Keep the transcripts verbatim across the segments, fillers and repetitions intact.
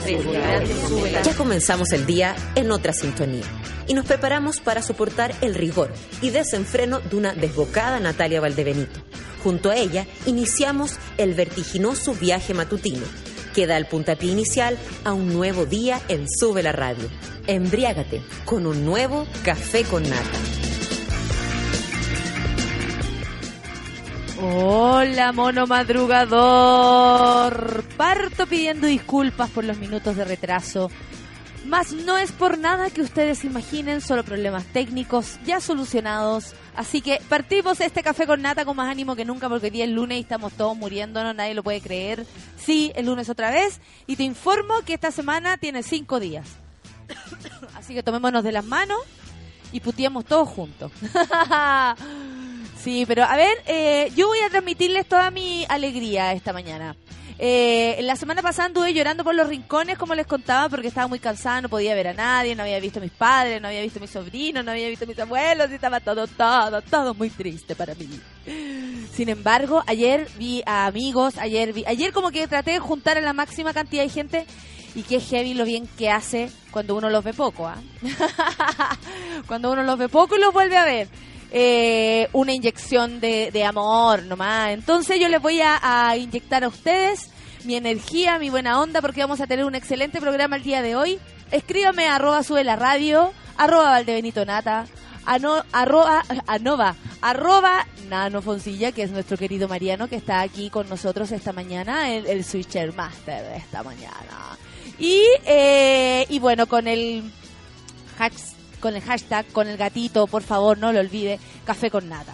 Ya comenzamos el día en otra sintonía y nos preparamos para soportar el rigor y desenfreno de una desbocada Natalia Valdebenito. Junto a ella iniciamos el vertiginoso viaje matutino que da el puntapié inicial a un nuevo día en Sube la Radio. Embriágate con un nuevo café con nata. Hola, mono madrugador. Parto pidiendo disculpas por los minutos de retraso. Mas no es por nada que ustedes imaginen, solo problemas técnicos ya solucionados. Así que partimos este café con nata con más ánimo que nunca, porque hoy día es lunes y estamos todos muriéndonos, nadie lo puede creer. Sí, el lunes otra vez. Y te informo que esta semana tiene cinco días. Así que tomémonos de las manos y puteamos todos juntos. Sí, pero a ver, eh, yo voy a transmitirles toda mi alegría esta mañana. Eh, la semana pasada anduve llorando por los rincones, como les contaba, porque estaba muy cansada, no podía ver a nadie, no había visto a mis padres, no había visto a mis sobrinos, no había visto a mis abuelos, y estaba todo, todo, todo muy triste para mí. Sin embargo, ayer vi a amigos, ayer vi, ayer como que traté de juntar a la máxima cantidad de gente, y qué heavy lo bien que hace cuando uno los ve poco, ¿ah? ¿eh? Cuando uno los ve poco y los vuelve a ver. Eh, una inyección de, de amor nomás. Entonces yo les voy a, a inyectar a ustedes mi energía, mi buena onda, porque vamos a tener un excelente programa el día de hoy. Escríbame a arroba sube la radio, arroba Valdebenito Nata, ano, arroba, anova, arroba Nano Foncilla, que es nuestro querido Mariano, que está aquí con nosotros esta mañana, el, el Switcher Master de esta mañana. Y, eh, y bueno, con el hacks con el hashtag, con el gatito, por favor, no lo olvide, café con nata.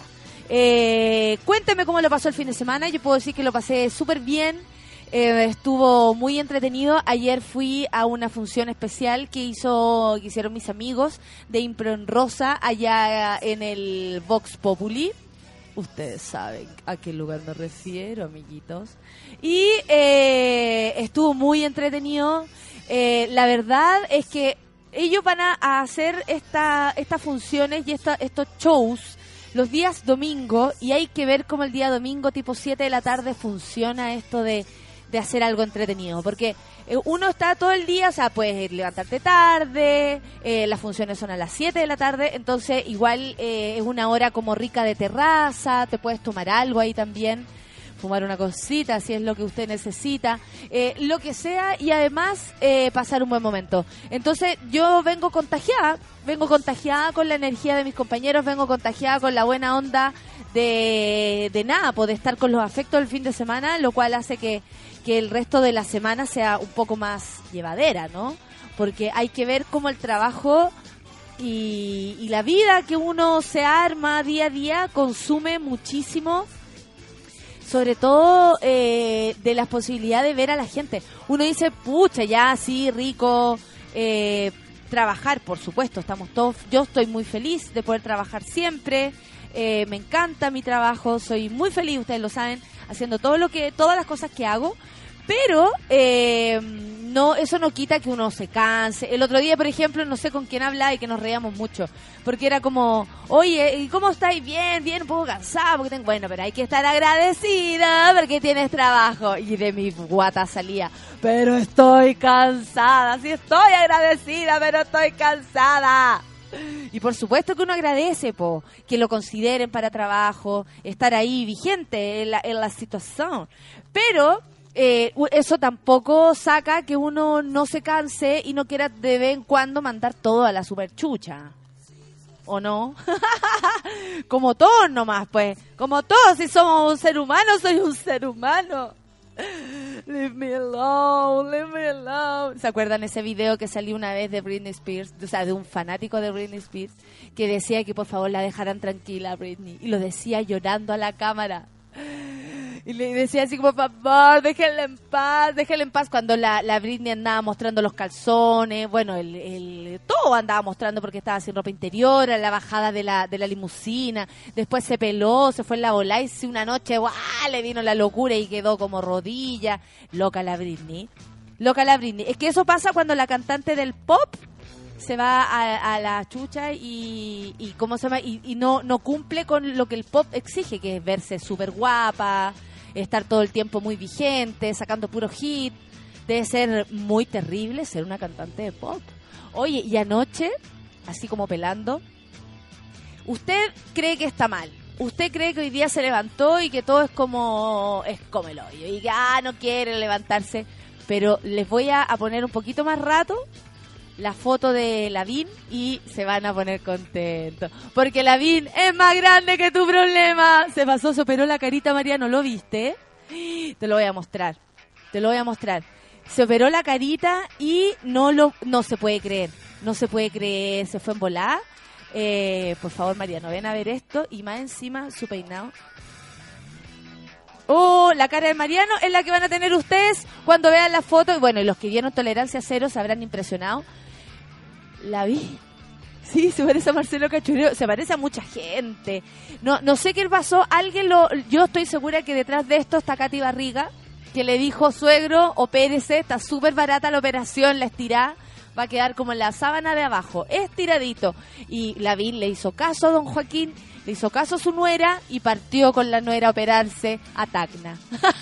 Eh, cuénteme cómo lo pasó el fin de semana. Yo puedo decir que lo pasé súper bien, eh, estuvo muy entretenido. Ayer fui a una función especial que hizo, que hicieron mis amigos de Impro en Rosa, allá en el Vox Populi. Ustedes saben a qué lugar me refiero, amiguitos. Y eh, estuvo muy entretenido. Eh, la verdad es que ellos van a, a hacer esta, estas funciones y esta, estos shows los días domingo, y hay que ver cómo el día domingo tipo siete de la tarde funciona esto de, de hacer algo entretenido, porque eh, uno está todo el día, o sea, puedes levantarte tarde, eh, las funciones son a las siete de la tarde, entonces igual eh, es una hora como rica de terraza, te puedes tomar algo ahí también, fumar una cosita, si es lo que usted necesita, eh, lo que sea, y además eh, pasar un buen momento. Entonces yo vengo contagiada, vengo contagiada con la energía de mis compañeros, vengo contagiada con la buena onda de, de nada, poder estar con los afectos del fin de semana, lo cual hace que, que el resto de la semana sea un poco más llevadera, ¿no? Porque hay que ver cómo el trabajo y, y la vida que uno se arma día a día consume muchísimo, sobre todo eh, de las posibilidades de ver a la gente. Uno dice, pucha, ya, sí, rico, eh, trabajar, por supuesto, estamos todos, yo estoy muy feliz de poder trabajar siempre, eh, me encanta mi trabajo, soy muy feliz, ustedes lo saben, haciendo todo lo que, todas las cosas que hago, pero eh, no, eso no quita que uno se canse. El otro día, por ejemplo, no sé con quién hablaba y que nos reíamos mucho, porque era como, oye, ¿y cómo estáis? Bien, bien, un poco cansada, porque tengo, bueno, pero hay que estar agradecida porque tienes trabajo. Y de mi guata salía, pero estoy cansada, sí estoy agradecida, pero estoy cansada. Y por supuesto que uno agradece, po, que lo consideren para trabajo, estar ahí vigente en la, en la situación, pero Eh, eso tampoco saca que uno no se canse y no quiera de vez en cuando mandar todo a la superchucha, ¿o no? Como todos nomás, pues, como todos, si somos un ser humano, soy un ser humano. Leave me alone, leave me alone. ¿Se acuerdan ese video que salió una vez de Britney Spears? O sea, de un fanático de Britney Spears, que decía que por favor la dejaran tranquila a Britney, y lo decía llorando a la cámara. Y le decía así como, por favor, déjenla en paz, déjenla en paz. Cuando la, la Britney andaba mostrando los calzones, bueno, el, el todo andaba mostrando porque estaba sin ropa interior, a la bajada de la de la limusina. Después se peló, se fue en la bola y si una noche, ¡guau!, le vino la locura y quedó como rodilla. Loca la Britney. Loca la Britney. Es que eso pasa cuando la cantante del pop se va a, a la chucha y, y ¿cómo se llama? Y, y no, no cumple con lo que el pop exige, que es verse súper guapa, estar todo el tiempo muy vigente, sacando puro hit. Debe ser muy terrible ser una cantante de pop. Oye, y anoche, así como pelando, ¿usted cree que está mal? ¿Usted cree que hoy día se levantó y que todo es como es como el hoyo? Y que, ah, no quiere levantarse. Pero les voy a, a poner un poquito más rato la foto de Lavín y se van a poner contentos. Porque Lavín es más grande que tu problema. Se pasó, se operó la carita, Mariano, ¿lo viste? Te lo voy a mostrar. Te lo voy a mostrar. Se operó la carita y no lo no se puede creer. No se puede creer. Se fue en volada. Eh, por favor, Mariano, ven a ver esto. Y más encima, su peinado. Oh, la cara de Mariano es la que van a tener ustedes cuando vean la foto. Y bueno, y los que vieron Tolerancia Cero se habrán impresionado. La vi. Sí, se parece a Marcelo Cachureo. Se parece a mucha gente. No no sé qué pasó. Alguien lo... Yo estoy segura que detrás de esto está Katy Barriga, que le dijo, suegro, opérese, está súper barata la operación, la estirá, va a quedar como en la sábana de abajo, estiradito. Y Lavín le hizo caso a don Joaquín, le hizo caso a su nuera y partió con la nuera a operarse a Tacna.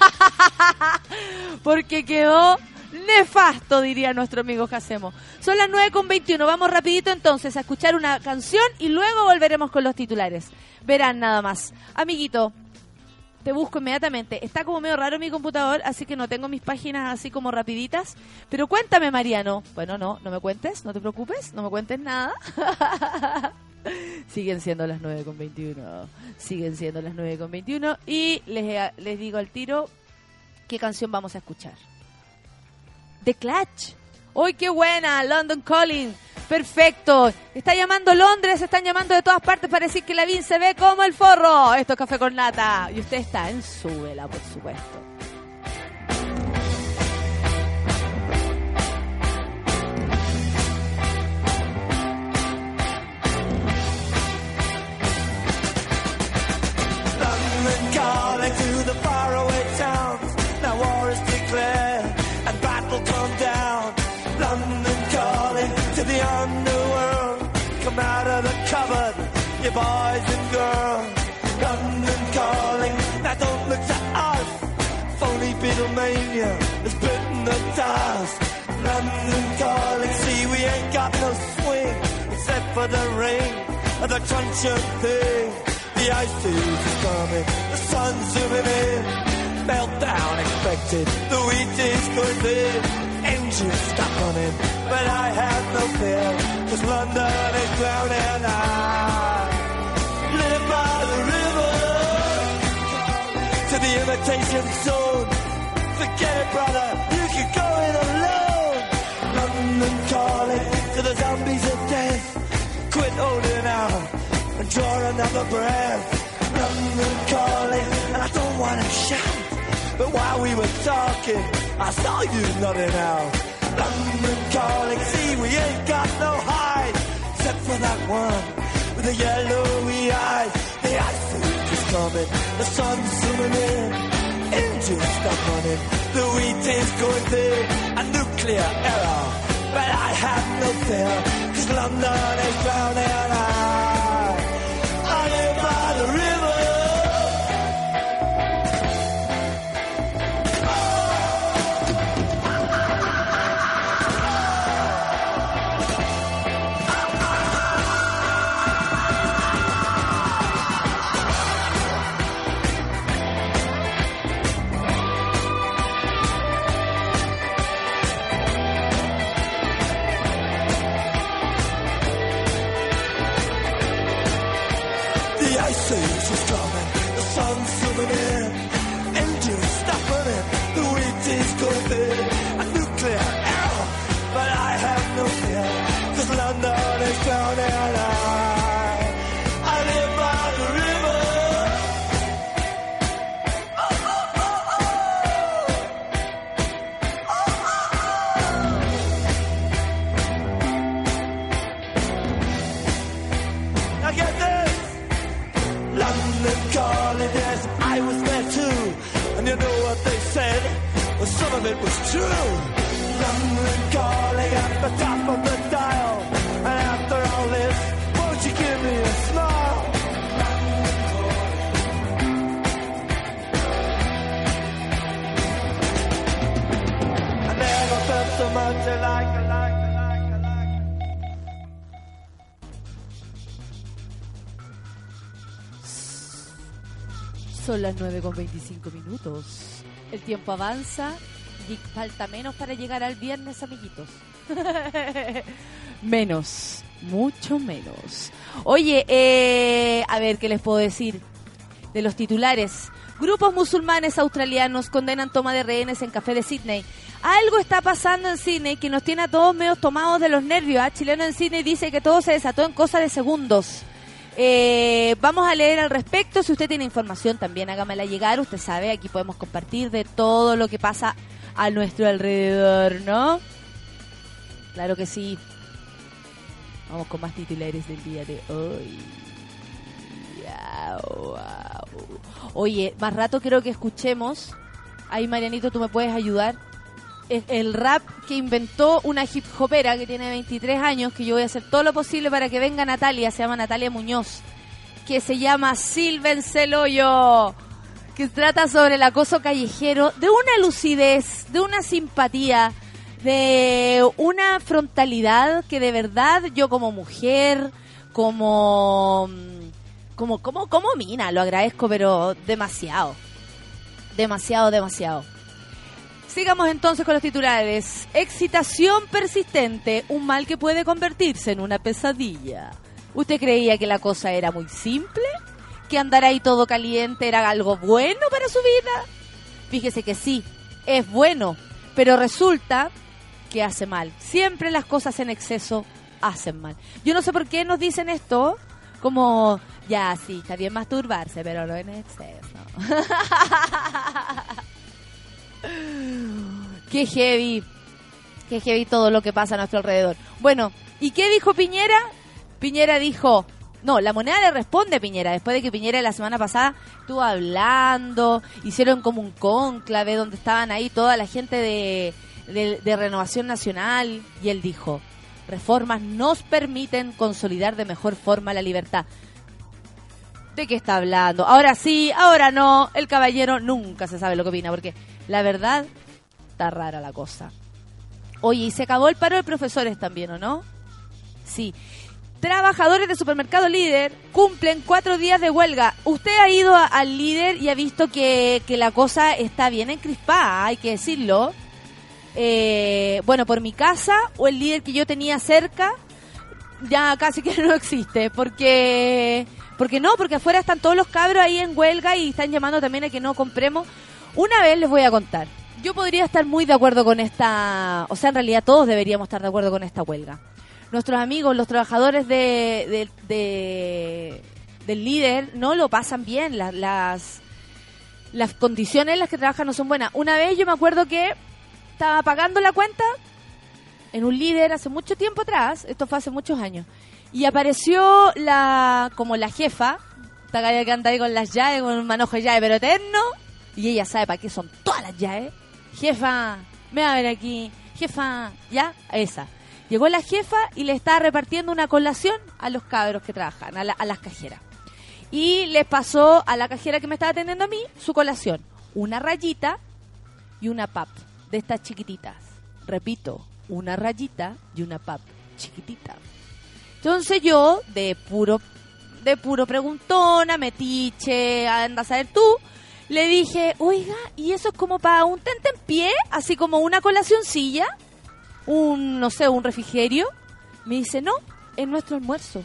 Porque quedó nefasto, diría nuestro amigo Jacemo. Son las nueve con veintiuno, vamos rapidito entonces a escuchar una canción y luego volveremos con los titulares. Verán nada más. Amiguito, te busco inmediatamente. Está como medio raro mi computador, así que no tengo mis páginas así como rapiditas. Pero cuéntame, Mariano. Bueno, no, no me cuentes, no te preocupes, no me cuentes nada. Siguen siendo las nueve con veintiuno. Siguen siendo las nueve con veintiuno. Y les, les digo al tiro qué canción vamos a escuchar. The Clash. ¡Uy, qué buena! London Calling. Perfecto. Está llamando Londres, están llamando de todas partes para decir que Lavín se ve como el forro. Esto es Café con Nata. Y usted está en su vela, por supuesto. London calling to the faraway towns. Now war is declared and battle come down. London calling to the underworld. Come out of the cupboard, you boys and girls. London calling, now don't look to us. Phony Beatlemania has bitten the dust. London calling, see we ain't got no swing except for the ring of the crunch of thing. The ice age is coming, the sun's zooming in. Meltdown expected, the wheat is going thin. Engines stop running, but I have no fear, cause London is drowning. I live by the river, to the imitation zone. Forget it, brother, you can go it alone. London calling to the zombies of death. Quit holding out and draw another breath. London calling, and I don't wanna shout, but while we were talking, I saw you nodding out. London calling, see we ain't got no hide, except for that one with the yellowy eyes. The ice age is coming, the sun's zooming in. Engines stop running, the wheat is going thin. A nuclear error, but I have no fear, cause London is drowning. I, I live by the river. It was true. London calling at the top of the dial. And after all this, won't you give me a smile? And there Son las nueve con veinticinco minutos. El tiempo avanza y falta menos para llegar al viernes, amiguitos. Menos, mucho menos. Oye, eh, a ver, ¿qué les puedo decir? De los titulares. Grupos musulmanes australianos condenan toma de rehenes en café de Sydney. Algo está pasando en Sydney que nos tiene a todos medio tomados de los nervios. ¿eh? Chileno en Sydney dice que todo se desató en cosa de segundos. Eh, vamos a leer al respecto. Si usted tiene información también hágamela llegar. Usted sabe, aquí podemos compartir de todo lo que pasa a nuestro alrededor, ¿no? Claro que sí. Vamos con más titulares del día de hoy. Wow, wow. Oye, más rato creo que escuchemos. Ahí, Marianito, tú me puedes ayudar. El, el rap que inventó una hip hopera que tiene veintitrés años, que yo voy a hacer todo lo posible para que venga Natalia, se llama Natalia Muñoz, que se llama Sílvense el hoyo, que trata sobre el acoso callejero, de una lucidez, de una simpatía, de una frontalidad que de verdad yo como mujer, como como como como mina, lo agradezco, pero demasiado. Demasiado, demasiado. Sigamos entonces con los titulares. Excitación persistente, un mal que puede convertirse en una pesadilla. ¿Usted creía que la cosa era muy simple? ¿Que andar ahí todo caliente era algo bueno para su vida? Fíjese que sí, es bueno, pero resulta que hace mal. Siempre las cosas en exceso hacen mal. Yo no sé por qué nos dicen esto, como, ya, sí, está bien masturbarse, pero no en exceso. Qué heavy, qué heavy todo lo que pasa a nuestro alrededor. Bueno, ¿y qué dijo Piñera? Piñera dijo, no, la moneda le responde a Piñera, después de que Piñera la semana pasada estuvo hablando, hicieron como un cónclave donde estaban ahí toda la gente de, de, de Renovación Nacional, y él dijo, reformas nos permiten consolidar de mejor forma la libertad. ¿De qué está hablando? Ahora sí, ahora no, el caballero nunca se sabe lo que opina, porque la verdad está rara la cosa. Oye, y se acabó el paro de profesores también, ¿o no? Sí. Trabajadores de supermercado Líder cumplen cuatro días de huelga. Usted ha ido a, al Líder y ha visto que, que la cosa está bien encrispada, hay que decirlo. Eh, bueno, por mi casa o el Líder que yo tenía cerca ya casi que no existe, porque porque no, porque afuera están todos los cabros ahí en huelga y están llamando también a que no compremos. Una vez les voy a contar. Yo podría estar muy de acuerdo con esta, o sea, en realidad todos deberíamos estar de acuerdo con esta huelga. Nuestros amigos, los trabajadores de, de, de del Líder, no lo pasan bien, las, las las condiciones en las que trabajan no son buenas. Una vez yo me acuerdo que estaba pagando la cuenta en un Líder hace mucho tiempo atrás, esto fue hace muchos años, y apareció la como la jefa, esta galla que anda ahí con las llaves, con un manojo de llave pero eterno, y ella sabe para qué son todas las llaves. Jefa, me va a ver aquí, jefa, ya, esa. Llegó la jefa y le estaba repartiendo una colación a los cabros que trabajan, a, la, a las cajeras. Y les pasó a la cajera que me estaba atendiendo a mí su colación, una rayita y una pap de estas chiquititas. Repito, una rayita y una pap chiquitita. Entonces yo, de puro de puro preguntona, metiche, anda a saber tú, le dije, oiga, ¿y eso es como para un tentempié? Así como una colacioncilla, un, no sé, un refrigerio. Me dice, no, es nuestro almuerzo.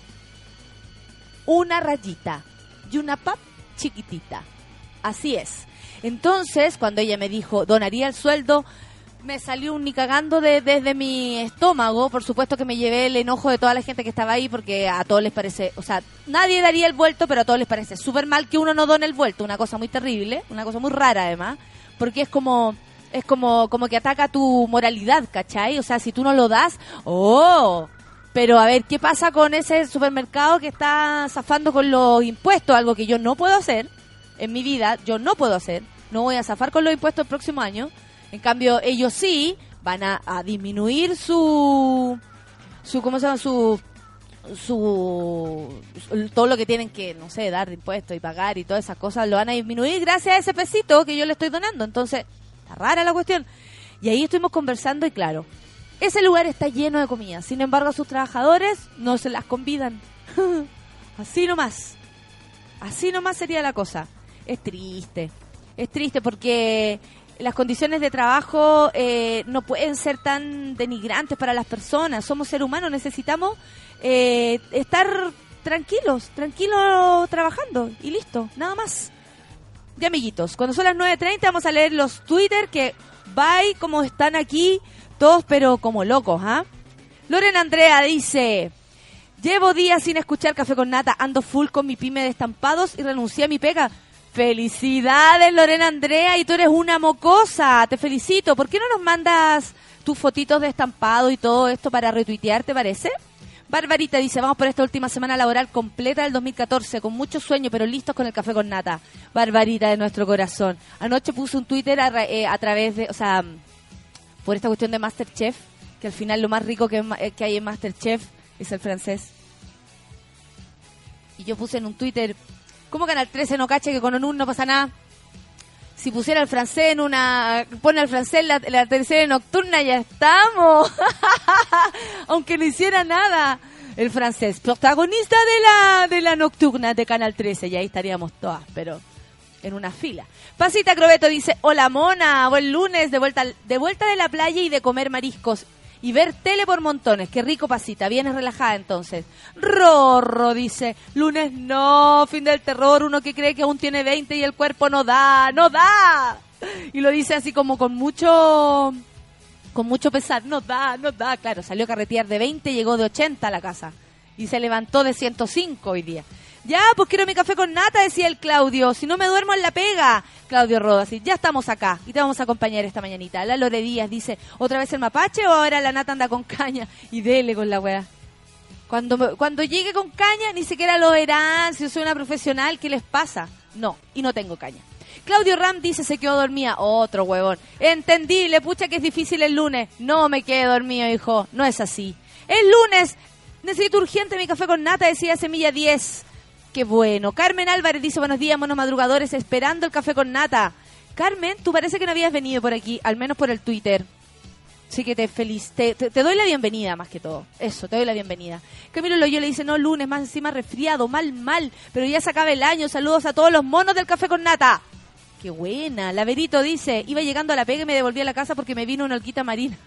Una rayita y una pap chiquitita. Así es. Entonces, cuando ella me dijo, donaría el sueldo, me salió un ni cagando de, desde mi estómago. Por supuesto que me llevé el enojo de toda la gente que estaba ahí, porque a todos les parece, o sea, nadie daría el vuelto, pero a todos les parece súper mal que uno no done el vuelto. Una cosa muy terrible, una cosa muy rara además, porque es como es como como que ataca tu moralidad, ¿cachai? O sea, si tú no lo das, ¡oh! Pero a ver, ¿qué pasa con ese supermercado que está zafando con los impuestos? Algo que yo no puedo hacer en mi vida, yo no puedo hacer. No voy a zafar con los impuestos el próximo año. En cambio, ellos sí van a, a disminuir su, su, ¿cómo se llama? Su, su, su, todo lo que tienen que, no sé, dar de impuestos y pagar y todas esas cosas, lo van a disminuir gracias a ese pesito que yo le estoy donando. Entonces, está rara la cuestión. Y ahí estuvimos conversando y claro, ese lugar está lleno de comida. Sin embargo, a sus trabajadores no se las convidan. Así nomás. Así nomás sería la cosa. Es triste. Es triste porque las condiciones de trabajo eh, no pueden ser tan denigrantes para las personas. Somos seres humanos, necesitamos eh, estar tranquilos, tranquilos trabajando y listo, nada más. Ya, amiguitos, cuando son las nueve treinta vamos a leer los Twitter que, bye, como están aquí todos pero como locos, ¿ah? ¿eh? Loren Andrea dice... Llevo días sin escuchar Café con Nata, ando full con mi pyme de estampados y renuncié a mi pega. ¡Felicidades, Lorena Andrea! Y tú eres una mocosa, te felicito. ¿Por qué no nos mandas tus fotitos de estampado y todo esto para retuitear, te parece? Barbarita dice, vamos por esta última semana laboral completa del dos mil catorce, con mucho sueño, pero listos con el Café con Nata. Barbarita de nuestro corazón. Anoche puse un Twitter a, eh, a través de, o sea, por esta cuestión de MasterChef, que al final lo más rico que, que hay en MasterChef es el francés. Y yo puse en un Twitter, ¿cómo Canal trece no cacha que con ONU no pasa nada? Si pusiera el francés en una... Pone el francés en la, la tercera nocturna, ya estamos. Aunque no hiciera nada. El francés, protagonista de la de la nocturna de Canal trece. Y ahí estaríamos todas, pero en una fila. Pasita Crobeto dice, hola mona, buen lunes, de vuelta, de vuelta de la playa y de comer mariscos. Y ver tele por montones. Qué rico, Pasita. Vienes relajada entonces. Rorro dice, lunes no, fin del terror. Uno que cree que aún tiene veinte y el cuerpo no da, no da. Y lo dice así como con mucho, con mucho pesar. No da, no da. Claro, salió a carretear de veinte, llegó de ochenta a la casa. Y se levantó de ciento cinco hoy día. Ya, pues quiero mi café con nata, decía el Claudio. Si no me duermo en la pega. Claudio Rodas, ya estamos acá y te vamos a acompañar esta mañanita. La Lore Díaz dice, ¿otra vez el mapache o ahora la nata anda con caña? Y dele con la wea. Cuando, me, cuando llegue con caña, ni siquiera lo verán. Si yo soy una profesional, ¿qué les pasa? No, y no tengo caña. Claudio Ram dice, se quedó dormida. Otro huevón. Entendible, pucha que es difícil el lunes. No me quedé dormido, hijo. No es así. El lunes, necesito urgente mi café con nata, decía Semilla diez. Qué bueno. Carmen Álvarez dice, buenos días, monos madrugadores, esperando el café con nata. Carmen, tú parece que no habías venido por aquí, al menos por el Twitter. Así que te feliz, te, te, te doy la bienvenida más que todo. Eso, te doy la bienvenida. Camilo Loyo le dice, no, lunes, más encima resfriado, mal, mal, pero ya se acaba el año. Saludos a todos los monos del café con nata. Qué buena. La Verito dice, iba llegando a la pega y me devolví a la casa porque me vino una holguita marina.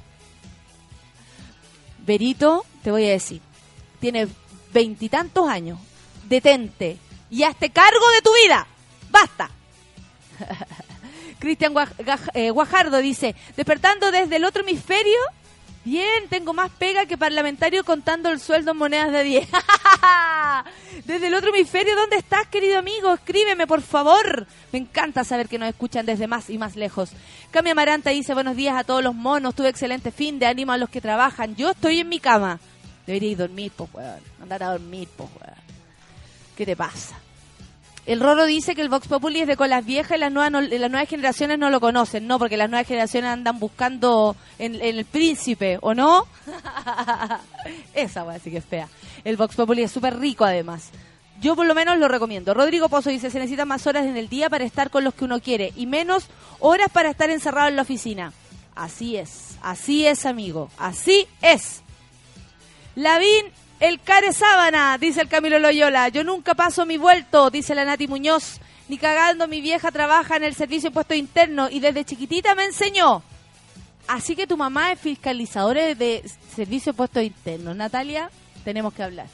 Verito, te voy a decir, tiene veintitantos años. Detente y hazte cargo de tu vida. ¡Basta! Cristian Guaj- Gaj- eh, Guajardo dice, despertando desde el otro hemisferio. Bien, tengo más pega que parlamentario contando el sueldo en monedas de diez. Desde el otro hemisferio, ¿dónde estás, querido amigo? Escríbeme, por favor. Me encanta saber que nos escuchan desde más y más lejos. Cami Amaranta dice, buenos días a todos los monos, tuve excelente fin de ánimo a los que trabajan. Yo estoy en mi cama. Deberíais dormir, pues, weón. Andar a dormir, pues, weón. ¿Qué te pasa? El Roro dice que el Vox Populi es de colas viejas y las nuevas, no, las nuevas generaciones no lo conocen. No, porque las nuevas generaciones andan buscando en, en el príncipe, ¿o no? Esa weá sí que es fea. El Vox Populi es súper rico además. Yo por lo menos lo recomiendo. Rodrigo Pozo dice, se necesitan más horas en el día para estar con los que uno quiere y menos horas para estar encerrado en la oficina. Así es, así es, amigo, así es. Lavín, el care sábana, dice el Camilo Loyola. Yo nunca paso mi vuelto, dice la Nati Muñoz. Ni cagando, mi vieja trabaja en el servicio de impuestos internos y desde chiquitita me enseñó. Así que tu mamá es fiscalizadora de servicio de impuestos internos. Natalia, tenemos que hablar.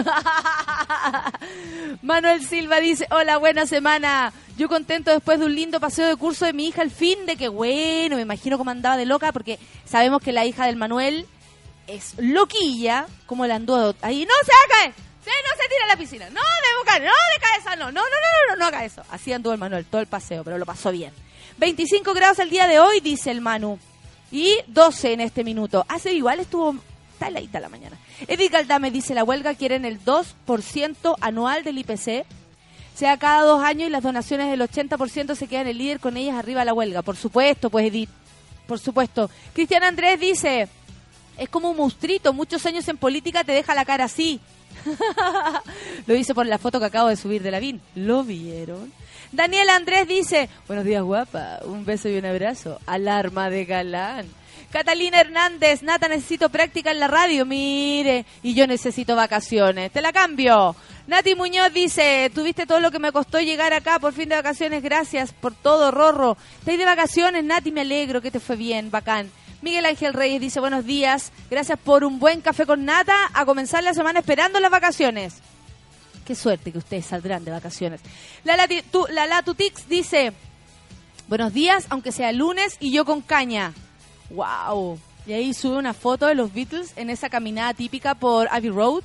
Manuel Silva dice, hola, buena semana. Yo contento después de un lindo paseo de curso de mi hija al fin de que bueno, me imagino cómo andaba de loca porque sabemos que la hija del Manuel es loquilla, como la anduvo ahí, no se va a caer, sí, no se tira a la piscina, no de boca, no de cabeza, no, no, no, no, no, no haga eso. Así anduvo el Manuel, todo el paseo, pero lo pasó bien. veinticinco grados el día de hoy, dice el Manu, y doce en este minuto. Hace igual estuvo, está heladita la mañana. Edith Galdame dice, la huelga quieren el dos por ciento anual del I P C, sea cada dos años y las donaciones del ochenta por ciento se quedan el líder con ellas arriba a la huelga. Por supuesto, pues Edith, por supuesto. Cristian Andrés dice, es como un monstruito, muchos años en política te deja la cara así. Lo dice por la foto que acabo de subir de Lavín. ¿Lo vieron? Daniel Andrés dice, buenos días guapa, un beso y un abrazo. Alarma de galán. Catalina Hernández, Nata, necesito práctica en la radio, mire, y yo necesito vacaciones, te la cambio. Nati Muñoz dice, tuviste todo lo que me costó llegar acá, por fin de vacaciones, gracias por todo, Rorro. Estáis de vacaciones, Nati, me alegro, que te fue bien, bacán. Miguel Ángel Reyes dice, buenos días, gracias por un buen café con nata, a comenzar la semana esperando las vacaciones. Qué suerte que ustedes saldrán de vacaciones. La Lati, tu, la Latutix dice, buenos días, aunque sea lunes y yo con caña. Wow. Y ahí sube una foto de los Beatles en esa caminada típica por Abbey Road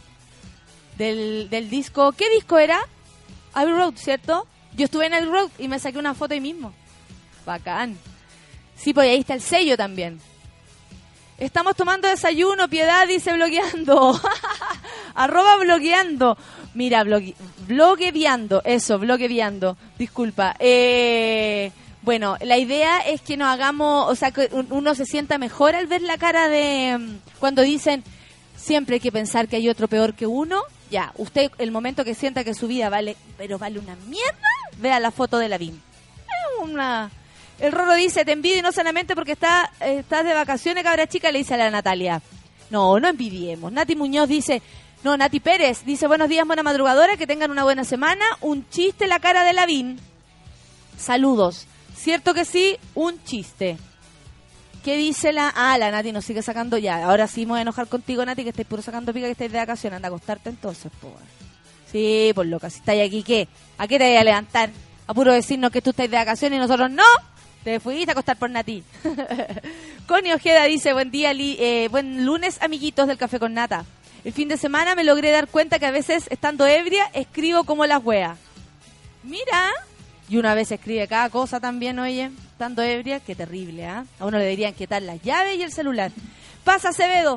del, del disco. ¿Qué disco era? Abbey Road, ¿cierto? Yo estuve en Abbey Road y me saqué una foto ahí mismo. Bacán. Sí, pues ahí está el sello también. Estamos tomando desayuno, Piedad dice blogueando. Arroba blogueando. Mira, blogue, blogueando, eso, blogueando. Disculpa. Eh, bueno, la idea es que nos hagamos, o sea, que uno se sienta mejor al ver la cara de... Cuando dicen, siempre hay que pensar que hay otro peor que uno. Ya, usted, el momento que sienta que su vida vale, pero vale una mierda, vea la foto de Lavín. Es una... El Roro dice, te envidio no solamente porque está, eh, estás de vacaciones, cabra chica, le dice a la Natalia. No, no envidiemos. Nati Muñoz dice, no, Nati Pérez dice, buenos días, buena madrugadora, que tengan una buena semana. Un chiste la cara de Lavín. Saludos. Cierto que sí, un chiste. ¿Qué dice la...? Ah, la Nati nos sigue sacando ya. Ahora sí me voy a enojar contigo, Nati, que estáis puro sacando pica, que estáis de vacaciones. Anda a acostarte entonces, por. Sí, por loca, si estáis aquí, ¿qué? ¿A qué te voy a levantar? A puro decirnos que tú estáis de vacaciones y nosotros no. Te fuiste a acostar por Nati. Connie Ojeda dice, buen día, li, eh, buen lunes, amiguitos del Café con Nata. El fin de semana me logré dar cuenta que a veces, estando ebria, escribo como las weas. Mira. Y una vez escribe cada cosa también, oye, estando ebria, qué terrible, ¿ah? ¿eh? A uno le deberían quitar las llaves y el celular. Pasa Acevedo.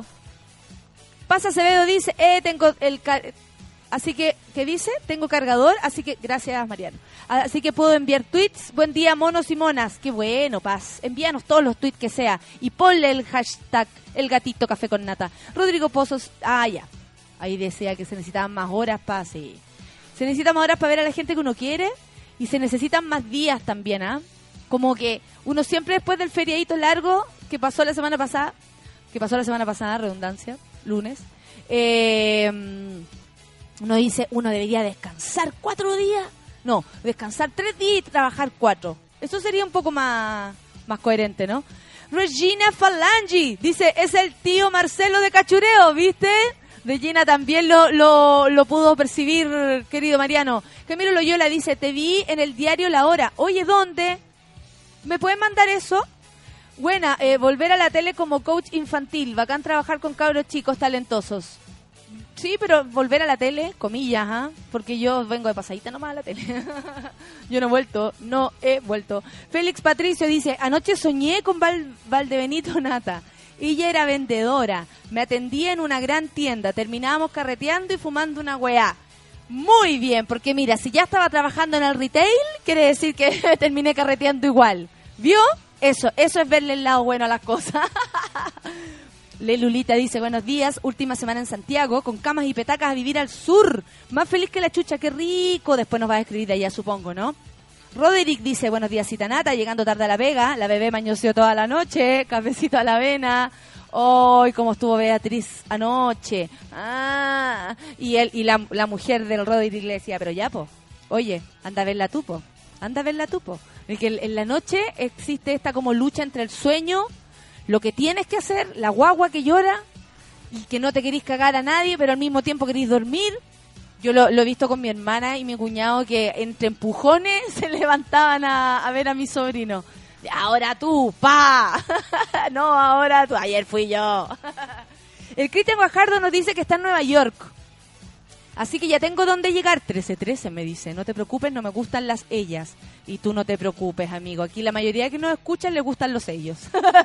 Pasa Acevedo dice, eh, tengo el... Car- Así que, ¿qué dice? Tengo cargador, así que, gracias Mariano. Así que puedo enviar tweets. Buen día, monos y monas. Qué bueno, Paz. Envíanos todos los tweets que sea. Y ponle el hashtag, el gatito café con nata. Rodrigo Pozos, ah, ya. Ahí decía que se necesitaban más horas para, sí. Se necesitan más horas para ver a la gente que uno quiere. Y se necesitan más días también, ¿ah? ¿eh? Como que uno siempre después del feriadito largo que pasó la semana pasada, que pasó la semana pasada, redundancia, lunes, eh... uno dice, uno debería descansar cuatro días. No, descansar tres días y trabajar cuatro. Eso sería un poco más, más coherente, ¿no? Regina Falangi dice, es el tío Marcelo de Cachureo, ¿viste? Regina también lo, lo, lo pudo percibir, querido Mariano. Camilo Loyola dice, te vi en el diario La Hora. Oye, ¿dónde? ¿Me pueden mandar eso? Buena, eh, volver a la tele como coach infantil. Bacán trabajar con cabros chicos talentosos. Sí, pero volver a la tele, comillas, ¿ah? ¿eh? Porque yo vengo de pasadita nomás a la tele. Yo no he vuelto, no he vuelto. Félix Patricio dice, anoche soñé con Val, Valdebenito Nata. Ella era vendedora, me atendía en una gran tienda, terminábamos carreteando y fumando una weá. Muy bien, porque mira, si ya estaba trabajando en el retail, quiere decir que terminé carreteando igual. ¿Vio? Eso, eso es verle el lado bueno a las cosas. Le Lulita dice, buenos días, última semana en Santiago, con camas y petacas a vivir al sur. Más feliz que la chucha, qué rico. Después nos va a escribir de allá, supongo, ¿no? Roderick dice, buenos días, Citanata, llegando tarde a La Vega. La bebé mañoseó toda la noche, cafecito a la avena. ¡Ay, cómo estuvo Beatriz anoche! Ah, y él y la, la mujer del Roderick le decía, pero ya, po, oye, anda a verla tú, po. Anda a verla tú, po. Es que en la noche existe esta como lucha entre el sueño, lo que tienes que hacer, la guagua que llora y que no te querís cagar a nadie, pero al mismo tiempo querís dormir. Yo lo, lo he visto con mi hermana y mi cuñado que entre empujones se levantaban a, a ver a mi sobrino. Ahora tú, pa. No, ahora tú. Ayer fui yo. El Cristian Guajardo nos dice que está en Nueva York. Así que ya tengo dónde llegar. trece trece me dice. No te preocupes, no me gustan las ellas. Y tú no te preocupes, amigo. Aquí la mayoría que nos escuchan les gustan los ellos.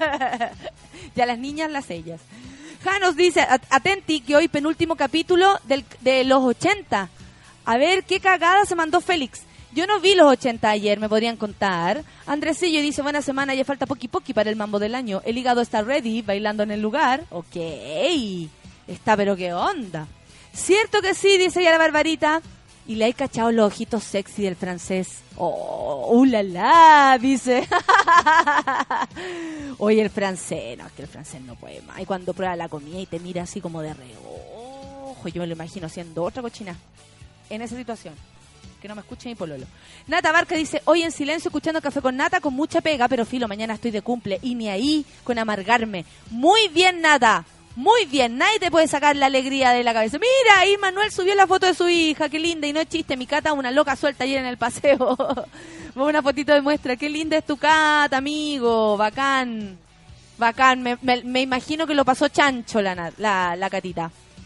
Y a las niñas las ellas. Janos dice, atenti, que hoy penúltimo capítulo del, de los ochenta. A ver qué cagada se mandó Félix. Yo no vi los ochenta ayer, me podrían contar. Andresillo dice, buena semana, ya falta poqui poqui para el mambo del año. El hígado está ready, bailando en el lugar. Ok, está, pero qué onda. Cierto que sí, dice ya la Barbarita. Y le hay cachado los ojitos sexy del francés. ¡Oh, uh, la, la! Dice. Oye, el francés, no, es que el francés no puede más. Y cuando prueba la comida y te mira así como de reojo, yo me lo imagino haciendo otra cochina en esa situación. Que no me escuche mi pololo. Nata Barca dice, hoy en silencio escuchando Café con Nata con mucha pega, pero filo, mañana estoy de cumple y ni ahí con amargarme. Muy bien, Nata. Muy bien, nadie te puede sacar la alegría de la cabeza. Mira, ahí Manuel subió la foto de su hija, qué linda, y no es chiste, mi Cata una loca suelta ayer en el paseo. Una fotito de muestra, qué linda es tu Cata, amigo, bacán, bacán, me, me, me imagino que lo pasó chancho la, la, la Catita.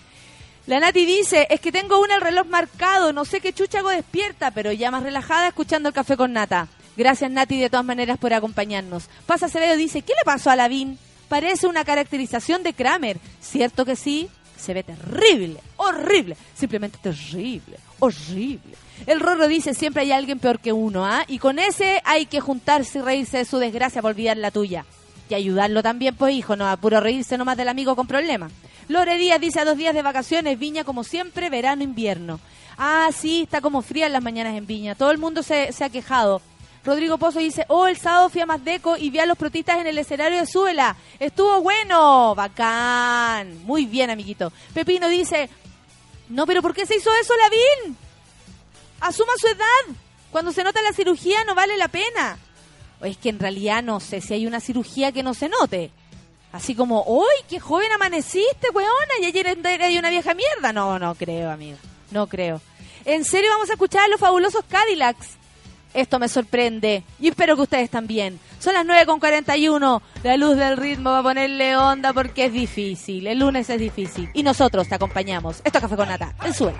La Nati dice, es que tengo una el reloj marcado, no sé qué chucha hago despierta, pero ya más relajada escuchando el Café con Nata. Gracias, Nati, de todas maneras por acompañarnos. Pasa Acevedo dice, ¿qué le pasó a Lavín? Parece una caracterización de Kramer. ¿Cierto que sí? Se ve terrible, horrible, simplemente terrible, horrible. El Rorro dice, siempre hay alguien peor que uno, ¿ah? ¿eh? Y con ese hay que juntarse y reírse de su desgracia para olvidar la tuya. Y ayudarlo también, pues, hijo, no a puro reírse nomás del amigo con problemas. Lore Díaz dice, a dos días de vacaciones, Viña como siempre, verano, invierno. Ah, sí, está como fría en las mañanas en Viña. Todo el mundo se, se ha quejado. Rodrigo Pozo dice, oh, el sábado fui a Mazdeco y vi a los protistas en el escenario de Súbela. Estuvo bueno, bacán. Muy bien, amiguito. Pepino dice, no, pero ¿por qué se hizo eso, Lavín? Asuma su edad. Cuando se nota la cirugía no vale la pena. O es que en realidad no sé si hay una cirugía que no se note. Así como, uy, qué joven amaneciste, weona, y ayer era una vieja mierda. No, no creo, amiga. No creo. En serio vamos a escuchar a los fabulosos Cadillacs. Esto me sorprende y espero que ustedes también. Son las nueve con cuarenta y uno. La luz del ritmo va a ponerle onda porque es difícil. El lunes es difícil. Y nosotros te acompañamos. Esto es Café con Nata. En Suela.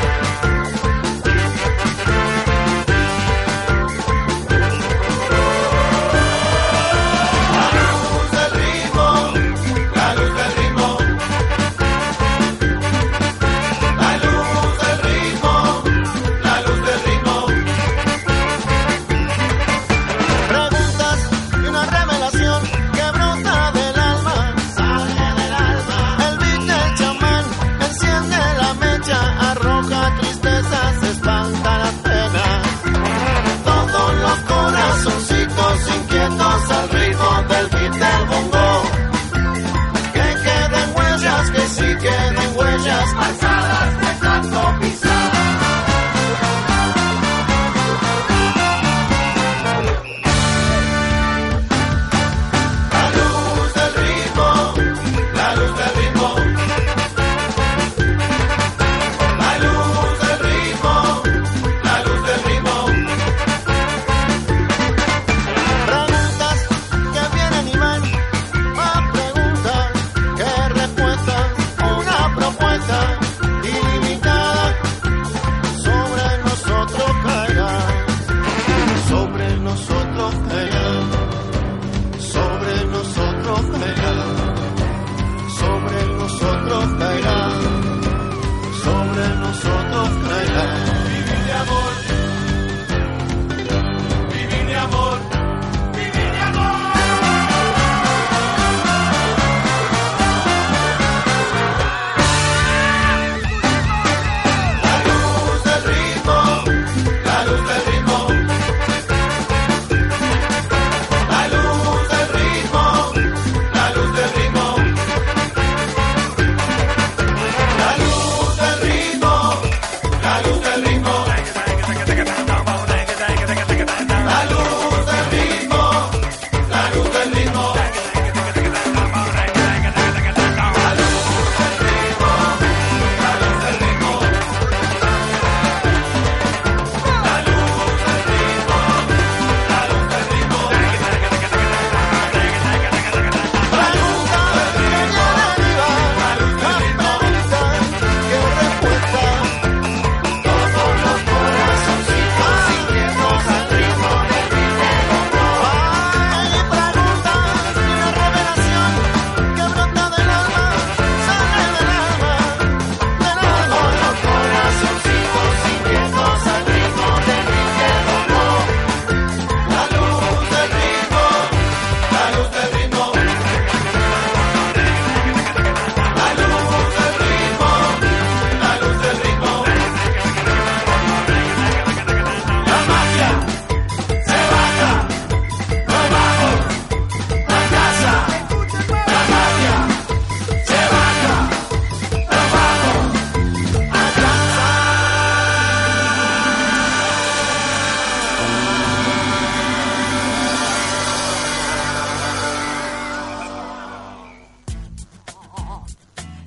Oh,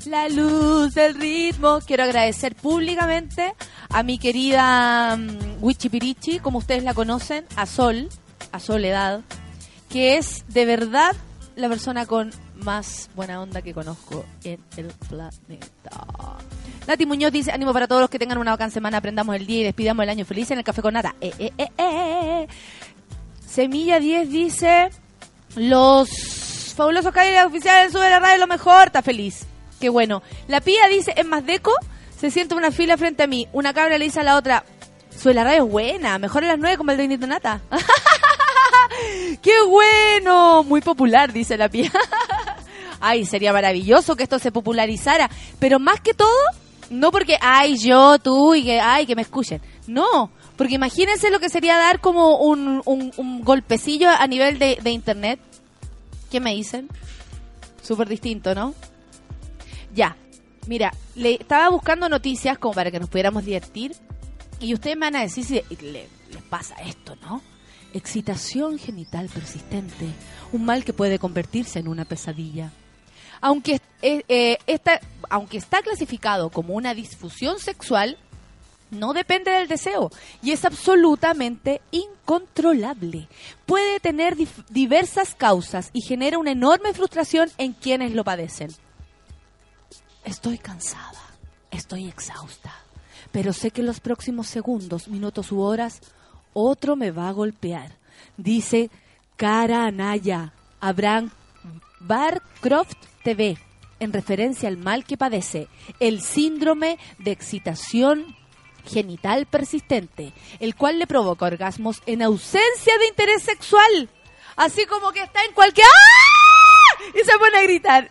la luz del ritmo. Quiero agradecer públicamente a mi querida um, Wichipirichi, como ustedes la conocen, a Sol, a Soledad, que es de verdad la persona con más buena onda que conozco en el planeta. Nati Muñoz dice, ánimo para todos los que tengan una bacán semana, aprendamos el día y despidamos el año feliz en el Café con Nata. Eh, eh, eh, eh. Semilla diez dice, los fabulosos caídas oficiales sube la radio lo mejor, está feliz. Qué bueno. La Pía dice, en Masdeco se siente una fila frente a mí. Una cabra le dice a la otra, sube la radio es buena, mejor a las nueve como el de Nito Nata. ¡Qué bueno! Muy popular, dice la Pía. Ay, sería maravilloso que esto se popularizara. Pero más que todo, no porque, ay, yo, tú, y que, ay, que me escuchen. No, porque imagínense lo que sería dar como un, un, un golpecillo a nivel de, de internet. ¿Qué me dicen? Súper distinto, ¿no? Ya, mira, le estaba buscando noticias como para que nos pudiéramos divertir. Y ustedes me van a decir si le, les pasa esto, ¿no? Excitación genital persistente, un mal que puede convertirse en una pesadilla. Aunque, eh, eh, esta, aunque está clasificado como una disfunción sexual, no depende del deseo y es absolutamente incontrolable. Puede tener dif- diversas causas y genera una enorme frustración en quienes lo padecen. Estoy cansada, estoy exhausta, pero sé que en los próximos segundos, minutos u horas, otro me va a golpear, dice Cara Anaya, Abraham Barcroft T V, en referencia al mal que padece, el síndrome de excitación genital persistente, el cual le provoca orgasmos en ausencia de interés sexual, así como que está en cualquier... ¡Ah! Y se pone a gritar.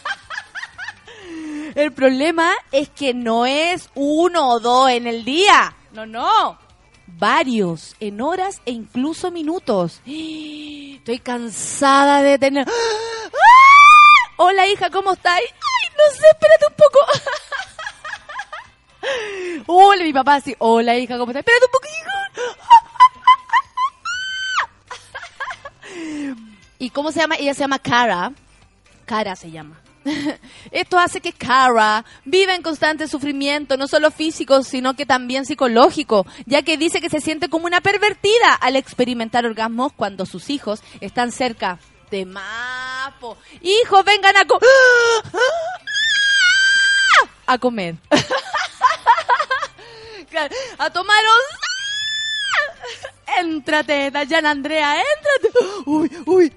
El problema es que no es uno o dos en el día, no, no. Varios, en horas e incluso minutos. Estoy cansada de tener... ¡Ah! Hola, hija, ¿cómo estás? Ay, no sé, espérate un poco. Hola, mi papá, sí. Hola, hija, ¿cómo estás? Espérate un poquito. ¿Y cómo se llama? Ella se llama Cara. Cara se llama. Esto hace que Cara viva en constante sufrimiento, no solo físico, sino que también psicológico, ya que dice que se siente como una pervertida al experimentar orgasmos cuando sus hijos están cerca de Mapo. Hijos, vengan a, co- a comer. A tomar un... Éntrate, Dayana Andrea, éntrate. Uy, uy.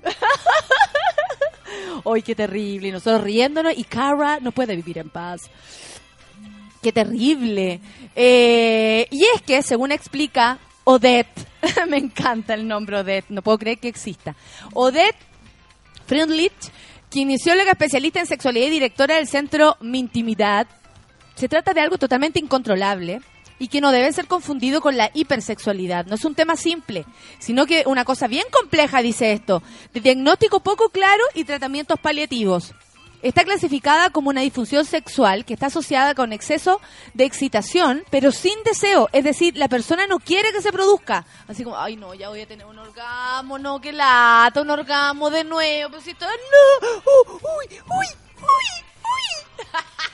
Uy, qué terrible. Y nosotros riéndonos y Cara no puede vivir en paz. Qué terrible. Eh, y es que, según explica Odette, me encanta el nombre Odette, no puedo creer que exista. Odette Freundlich, kinesióloga especialista en sexualidad y directora del centro Mi Intimidad, se trata de algo totalmente incontrolable y que no debe ser confundido con la hipersexualidad. No es un tema simple, sino que una cosa bien compleja, dice esto, de diagnóstico poco claro y tratamientos paliativos. Está clasificada como una disfunción sexual que está asociada con exceso de excitación, pero sin deseo. Es decir, la persona no quiere que se produzca. Así como, ay no, ya voy a tener un orgasmo, no, qué lata, un orgasmo de nuevo. Pues si todo, no, uh, uy, uy, uy, uy.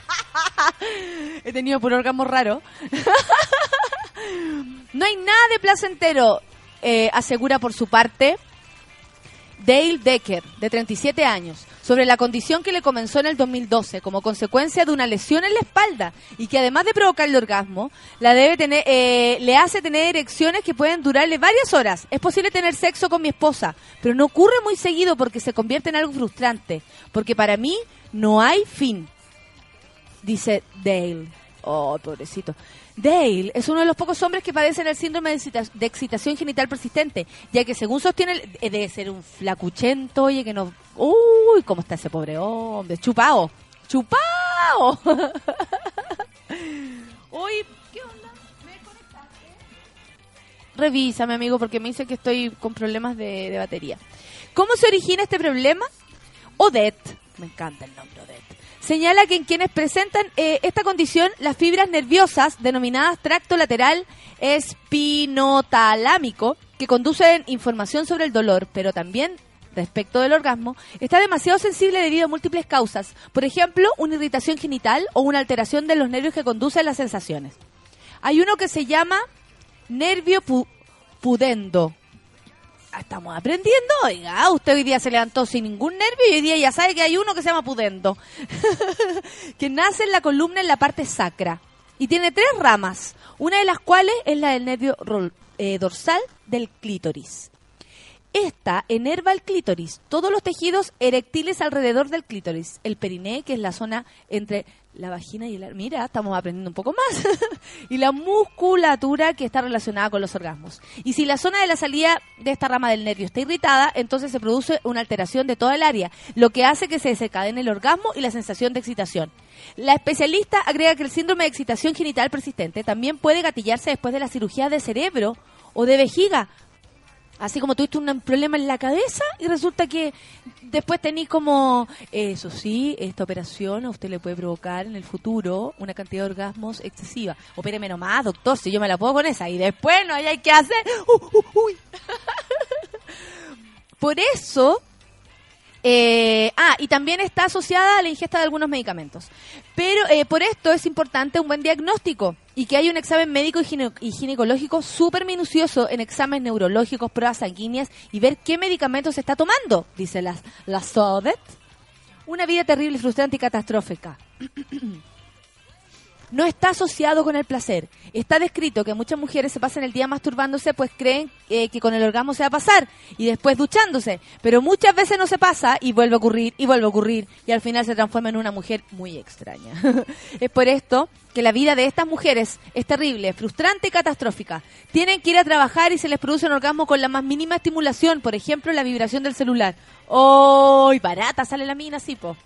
He tenido por orgasmo raro. No hay nada de placentero, eh, asegura por su parte Dale Decker, de treinta y siete años, sobre la condición que le comenzó en el dos mil doce como consecuencia de una lesión en la espalda y que además de provocar el orgasmo, la debe tener, eh, le hace tener erecciones que pueden durarle varias horas. Es posible tener sexo con mi esposa, pero no ocurre muy seguido porque se convierte en algo frustrante, porque para mí no hay fin, dice Dale. Oh, pobrecito. Dale es uno de los pocos hombres que padecen el síndrome de, excita- de excitación genital persistente, ya que según sostiene, el- eh, debe ser un flacuchento, oye, que no... Uy, ¿cómo está ese pobre hombre? Chupao, chupao. Uy, ¿qué onda? ¿Me desconectaste? Revísame, amigo, porque me dice que estoy con problemas de, de batería. ¿Cómo se origina este problema? Odette, me encanta el nombre Odette, señala que en quienes presentan eh, esta condición, las fibras nerviosas, denominadas tracto lateral espinotalámico, que conducen información sobre el dolor, pero también respecto del orgasmo, está demasiado sensible debido a múltiples causas. Por ejemplo, una irritación genital o una alteración de los nervios que conduce a las sensaciones. Hay uno que se llama nervio pu- pudendo. Estamos aprendiendo, oiga, usted hoy día se levantó sin ningún nervio y hoy día ya sabe que hay uno que se llama pudendo, que nace en la columna en la parte sacra y tiene tres ramas, una de las cuales es la del nervio rol, eh, dorsal del clítoris. Esta enerva el clítoris, todos los tejidos eréctiles alrededor del clítoris, el periné, que es la zona entre la vagina y el... Mira, estamos aprendiendo un poco más. Y la musculatura que está relacionada con los orgasmos. Y si la zona de la salida de esta rama del nervio está irritada, entonces se produce una alteración de toda el área, lo que hace que se desencadene el orgasmo y la sensación de excitación. La especialista agrega que el síndrome de excitación genital persistente también puede gatillarse después de la cirugía de cerebro o de vejiga. Así como tuviste un problema en la cabeza y resulta que después tenés como, eso sí, esta operación a usted le puede provocar en el futuro una cantidad de orgasmos excesiva. Opéreme nomás, doctor, si yo me la puedo con esa. Y después no hay que hacer. Uh, uh, uy. Por eso... Eh, ah, y también está asociada a la ingesta de algunos medicamentos. Pero eh, por esto es importante un buen diagnóstico y que haya un examen médico y, gine- y ginecológico súper minucioso en exámenes neurológicos, pruebas sanguíneas y ver qué medicamentos se está tomando, dice la, la Sodet. Una vida terrible, frustrante y catastrófica. No está asociado con el placer. Está descrito que muchas mujeres se pasan el día masturbándose pues creen eh, que con el orgasmo se va a pasar y después duchándose, pero muchas veces no se pasa y vuelve a ocurrir y vuelve a ocurrir y al final se transforma en una mujer muy extraña. Es por esto que la vida de estas mujeres es terrible, frustrante y catastrófica. Tienen que ir a trabajar y se les produce un orgasmo con la más mínima estimulación, por ejemplo la vibración del celular. ¡Oh! Y barata sale la mina, sí, po.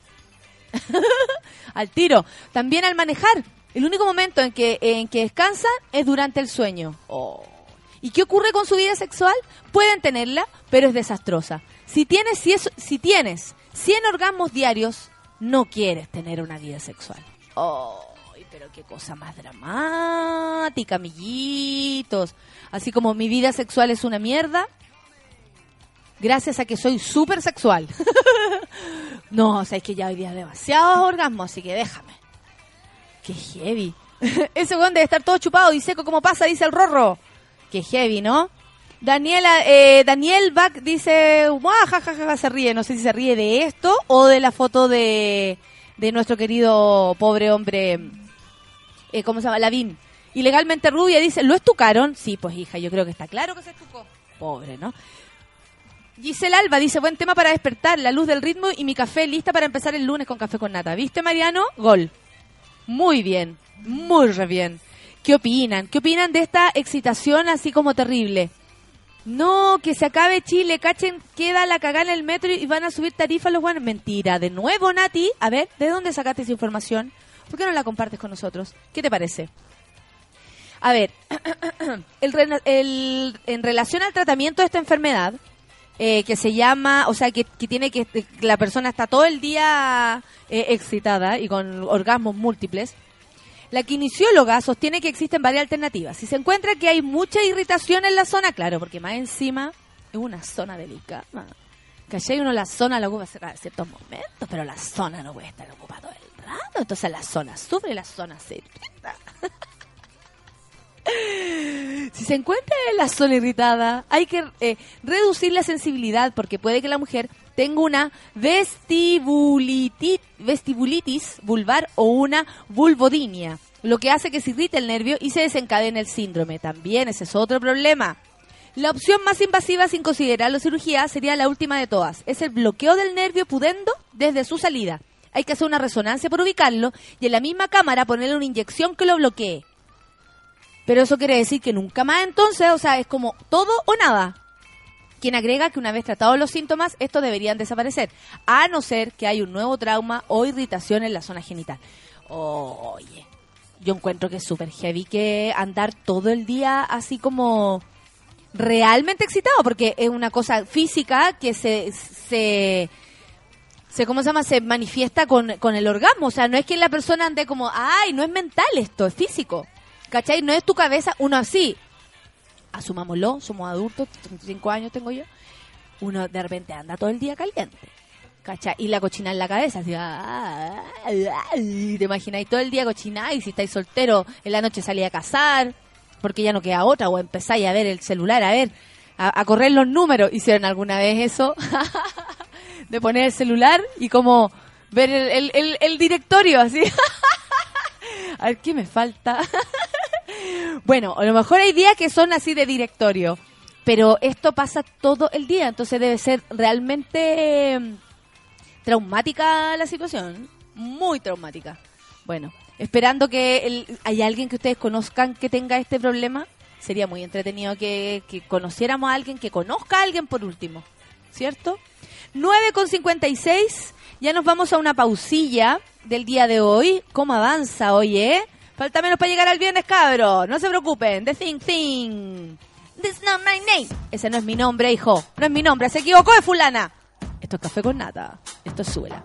Al tiro. También al manejar. El único momento en que en que descansan es durante el sueño. Oh. ¿Y qué ocurre con su vida sexual? Pueden tenerla, pero es desastrosa. Si tienes, si es, si tienes cien orgasmos diarios, no quieres tener una vida sexual. Oh, pero qué cosa más dramática, amiguitos. Así como mi vida sexual es una mierda, gracias a que soy súper sexual. No, o sea, es que ya hoy día demasiados orgasmos, así que déjame. Qué heavy. Ese weón debe estar todo chupado y seco como pasa, dice el Rorro. Qué heavy, ¿no? Daniela, eh, Daniel Bach dice, ¡guau! Ja, ja, ja, se ríe. No sé si se ríe de esto o de la foto de, de nuestro querido pobre hombre, eh, ¿cómo se llama? Lavín. Ilegalmente rubia dice, ¿lo estucaron? Sí, pues hija, yo creo que está claro que se estucó. Pobre, ¿no? Giselle Alba dice, buen tema para despertar, la luz del ritmo y mi café lista para empezar el lunes con café con nata. ¿Viste, Mariano? Gol. Muy bien, muy re bien. ¿Qué opinan? ¿Qué opinan de esta excitación así como terrible? No, que se acabe Chile, cachen, queda la cagada en el metro y van a subir tarifas los buenos. Mentira, de nuevo, Nati. A ver, ¿de dónde sacaste esa información? ¿Por qué no la compartes con nosotros? ¿Qué te parece? A ver, el, el, en relación al tratamiento de esta enfermedad, eh, que se llama, o sea, que, que tiene que, que la persona está todo el día eh, excitada y con orgasmos múltiples, la kinesióloga sostiene que existen varias alternativas. Si se encuentra que hay mucha irritación en la zona, claro, porque más encima es una zona delicada. ¿Cachai? Uno la zona la ocupa en ciertos momentos, pero la zona no puede estar ocupada todo el rato. Entonces la zona sufre y la zona se irrita. Si se encuentra en la zona irritada, hay que eh, reducir la sensibilidad porque puede que la mujer tenga una vestibulitis, vestibulitis vulvar o una vulvodinia, lo que hace que se irrite el nervio y se desencadene el síndrome. También ese es otro problema. La opción más invasiva sin considerar la cirugía sería la última de todas. Es el bloqueo del nervio pudendo desde su salida. Hay que hacer una resonancia por ubicarlo y en la misma cámara ponerle una inyección que lo bloquee. Pero eso quiere decir que nunca más entonces, o sea, es como todo o nada. Quien agrega que una vez tratados los síntomas, estos deberían desaparecer, a no ser que haya un nuevo trauma o irritación en la zona genital. Oye, yo encuentro que es súper heavy que andar todo el día así como realmente excitado, porque es una cosa física que se... se Se, ¿cómo se llama? Se manifiesta con, con el orgasmo. O sea, no es que la persona ande como, ay, no es mental esto, es físico. ¿Cachai? No es tu cabeza, uno así. Asumámoslo, somos adultos, treinta y cinco años tengo yo. uno de repente anda todo el día caliente. ¿Cachai? Y la cochina en la cabeza, así, ah, ah, ah, y te imagináis todo el día cochináis, si estáis solteros, en la noche salís a cazar, porque ya no queda otra, o empezáis a ver el celular, a ver, a, a correr los números. ¿Hicieron alguna vez eso? De poner el celular y como ver el, el, el, el directorio, así. A ver, ¿qué me falta? Bueno, a lo mejor hay días que son así de directorio, pero esto pasa todo el día, entonces debe ser realmente traumática la situación, muy traumática. Bueno, esperando que el, hay alguien que ustedes conozcan que tenga este problema. Sería muy entretenido que, que conociéramos a alguien, que conozca a alguien por último, ¿cierto? nueve con cincuenta y seis, ya nos vamos a una pausilla del día de hoy. ¿Cómo avanza hoy, eh? Falta menos para llegar al viernes, cabro. No se preocupen, The Thing Thing. This not my name. Ese no es mi nombre, hijo. No es mi nombre, se equivocó de fulana. Esto es Café con Nata. Esto es Súbela.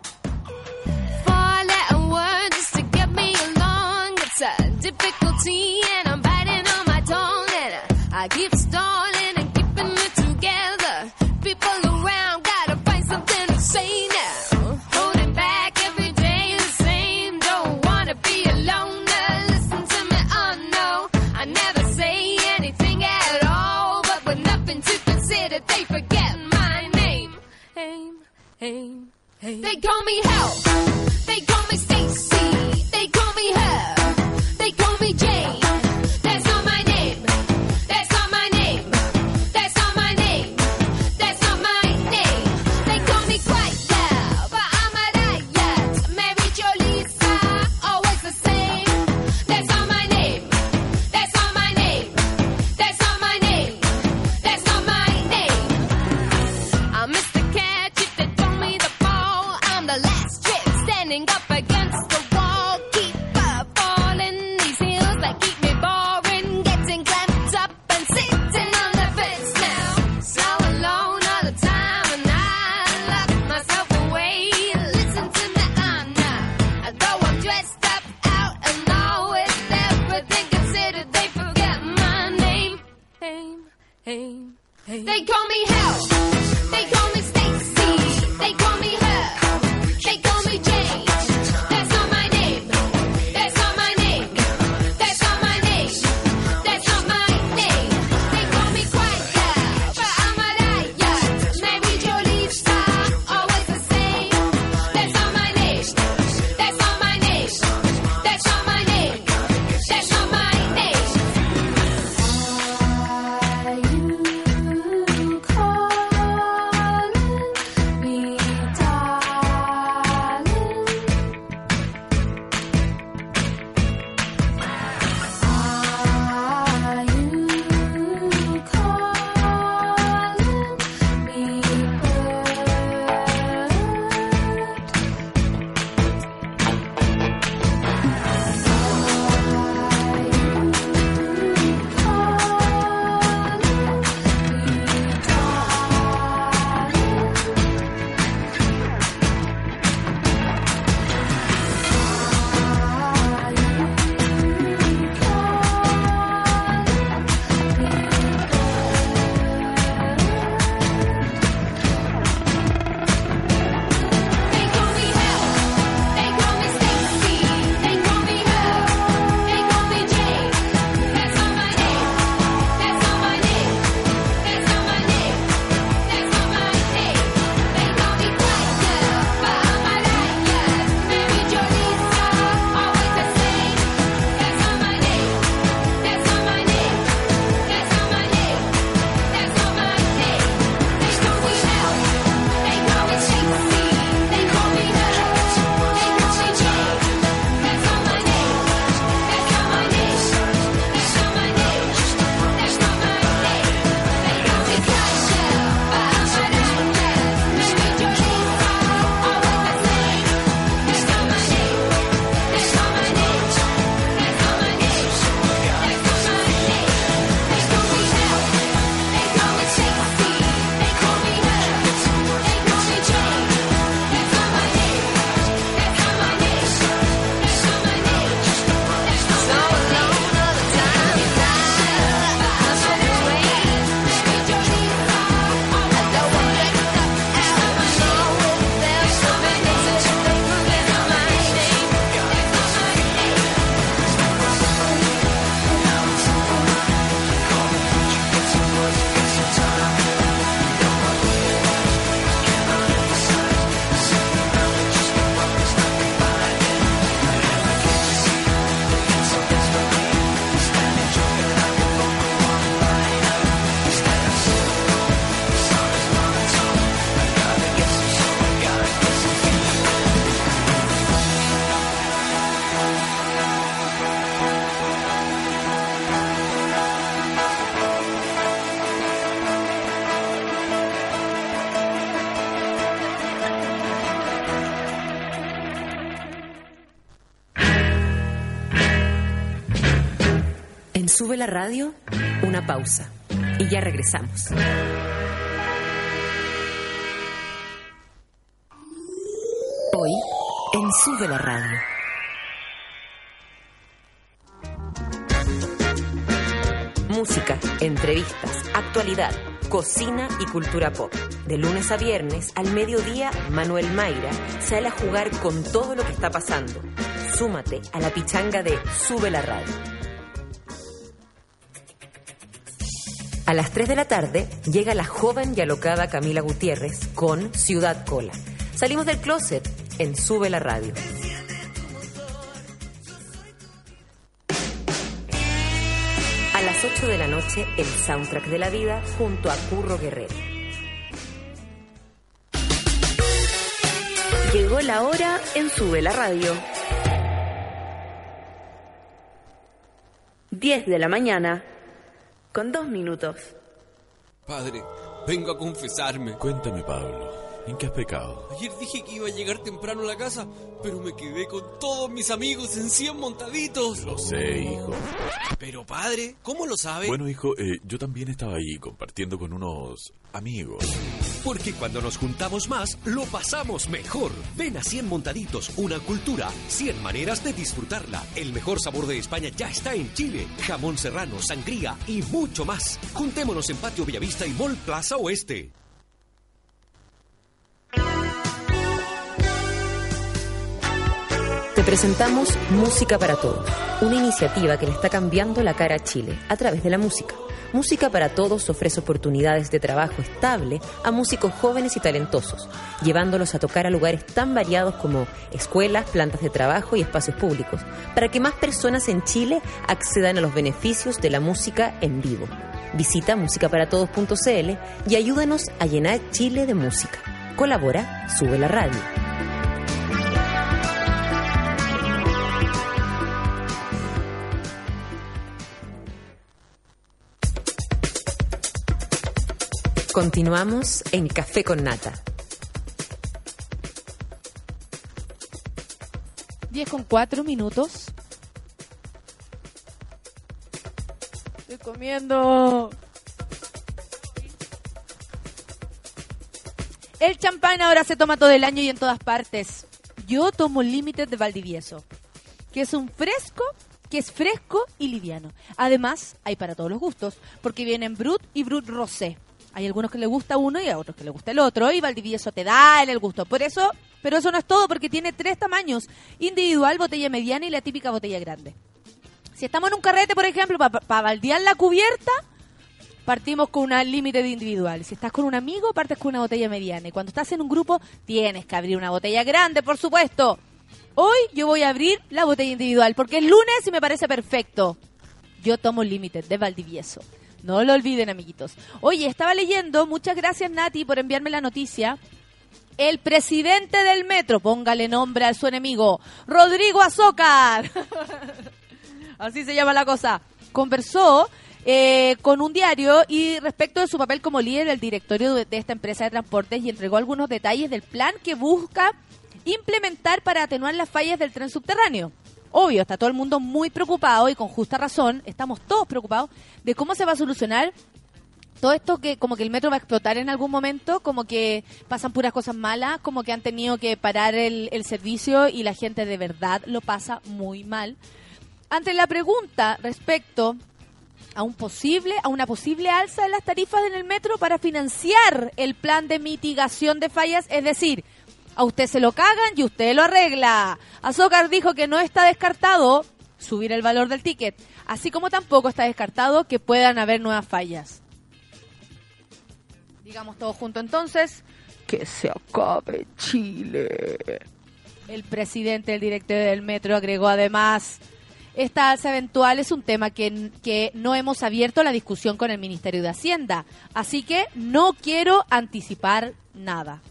Four letter words just to get me along. It's a difficulty and I'm biting on my tongue. And I, I keep stalling and keeping it together. People around gotta find something to say now. Holding back every day the same. Don't wanna be alone. Now listen to me, oh no. I never say anything at all. But with nothing to consider, they forget my name. Aim, aim, aim. They call me Hell. They call me Stacy. They call me Her. They call me Jane. That's not my name. That's not my name. That's not my name. That's not my name. They call me Quiet, but I'm a riot. Mary Jo Lisa, always the same. That's not my name. That's not my name. That's not my name. That's not my name. I'm Mister Catch if they throw me the ball. I'm the last trick. En Sube la Radio, una pausa. Y ya regresamos. Hoy, en Sube la Radio. Música, entrevistas, actualidad, cocina y cultura pop. De lunes a viernes, al mediodía, Manuel Mayra sale a jugar con todo lo que está pasando. Súmate a la pichanga de Sube la Radio. A las tres de la tarde llega la joven y alocada Camila Gutiérrez con Ciudad Cola. Salimos del closet en Sube la Radio. A las ocho de la noche, el soundtrack de la vida junto a Curro Guerrero. Llegó la hora en Sube la Radio. diez de la mañana, con dos minutos. Padre, vengo a confesarme. Cuéntame, Pablo, ¿en qué has pecado? Ayer dije que iba a llegar temprano a la casa, pero me quedé con todos mis amigos en cien montaditos. Lo sé, hijo. Pero padre, ¿cómo lo sabe? Bueno, hijo, eh, yo también estaba ahí compartiendo con unos amigos. Porque cuando nos juntamos más, lo pasamos mejor. Ven a cien Montaditos, una cultura, cien maneras de disfrutarla. El mejor sabor de España ya está en Chile. Jamón serrano, sangría y mucho más. Juntémonos en Patio Bellavista y Mall Plaza Oeste. Te presentamos Música para Todos, una iniciativa que le está cambiando la cara a Chile a través de la música. Música para Todos ofrece oportunidades de trabajo estable a músicos jóvenes y talentosos, llevándolos a tocar a lugares tan variados como escuelas, plantas de trabajo y espacios públicos, para que más personas en Chile accedan a los beneficios de la música en vivo. Visita música para todos punto c l y ayúdanos a llenar Chile de música. Colabora Sube la Radio. Continuamos en Café con Nata. diez con cuatro minutos. Estoy comiendo. El champán ahora se toma todo el año y en todas partes. Yo tomo Limited de Valdivieso, que es un fresco, que es fresco y liviano. Además, hay para todos los gustos, porque vienen Brut y Brut Rosé. Hay algunos que les gusta uno y a otros que les gusta el otro, y Valdivieso te da el gusto. Por eso, pero eso no es todo, porque tiene tres tamaños: individual, botella mediana y la típica botella grande. Si estamos en un carrete, por ejemplo, para pa, pa baldear la cubierta, partimos con una límite de individual. Si estás con un amigo, partes con una botella mediana. Y cuando estás en un grupo, tienes que abrir una botella grande, por supuesto. Hoy yo voy a abrir la botella individual, porque es lunes y me parece perfecto. Yo tomo Limited de Valdivieso. No lo olviden, amiguitos. Oye, estaba leyendo, muchas gracias, Nati, por enviarme la noticia. El presidente del metro, póngale nombre a su enemigo, Rodrigo Azócar, así se llama la cosa, conversó eh, con un diario y respecto de su papel como líder del directorio de, de esta empresa de transportes, y entregó algunos detalles del plan que busca implementar para atenuar las fallas del tren subterráneo. Obvio, está todo el mundo muy preocupado, y con justa razón, estamos todos preocupados de cómo se va a solucionar todo esto, que como que el metro va a explotar en algún momento, como que pasan puras cosas malas, como que han tenido que parar el, el servicio y la gente de verdad lo pasa muy mal. Ante la pregunta respecto a un posible, a una posible alza de las tarifas en el metro para financiar el plan de mitigación de fallas, es decir, a usted se lo cagan y usted lo arregla. Azócar dijo que no está descartado subir el valor del ticket, así como tampoco está descartado que puedan haber nuevas fallas. Digamos todos juntos entonces, que se acabe Chile. El presidente del directorio del metro agregó además: esta alza eventual es un tema que, que no hemos abierto la discusión con el Ministerio de Hacienda, así que no quiero anticipar nada.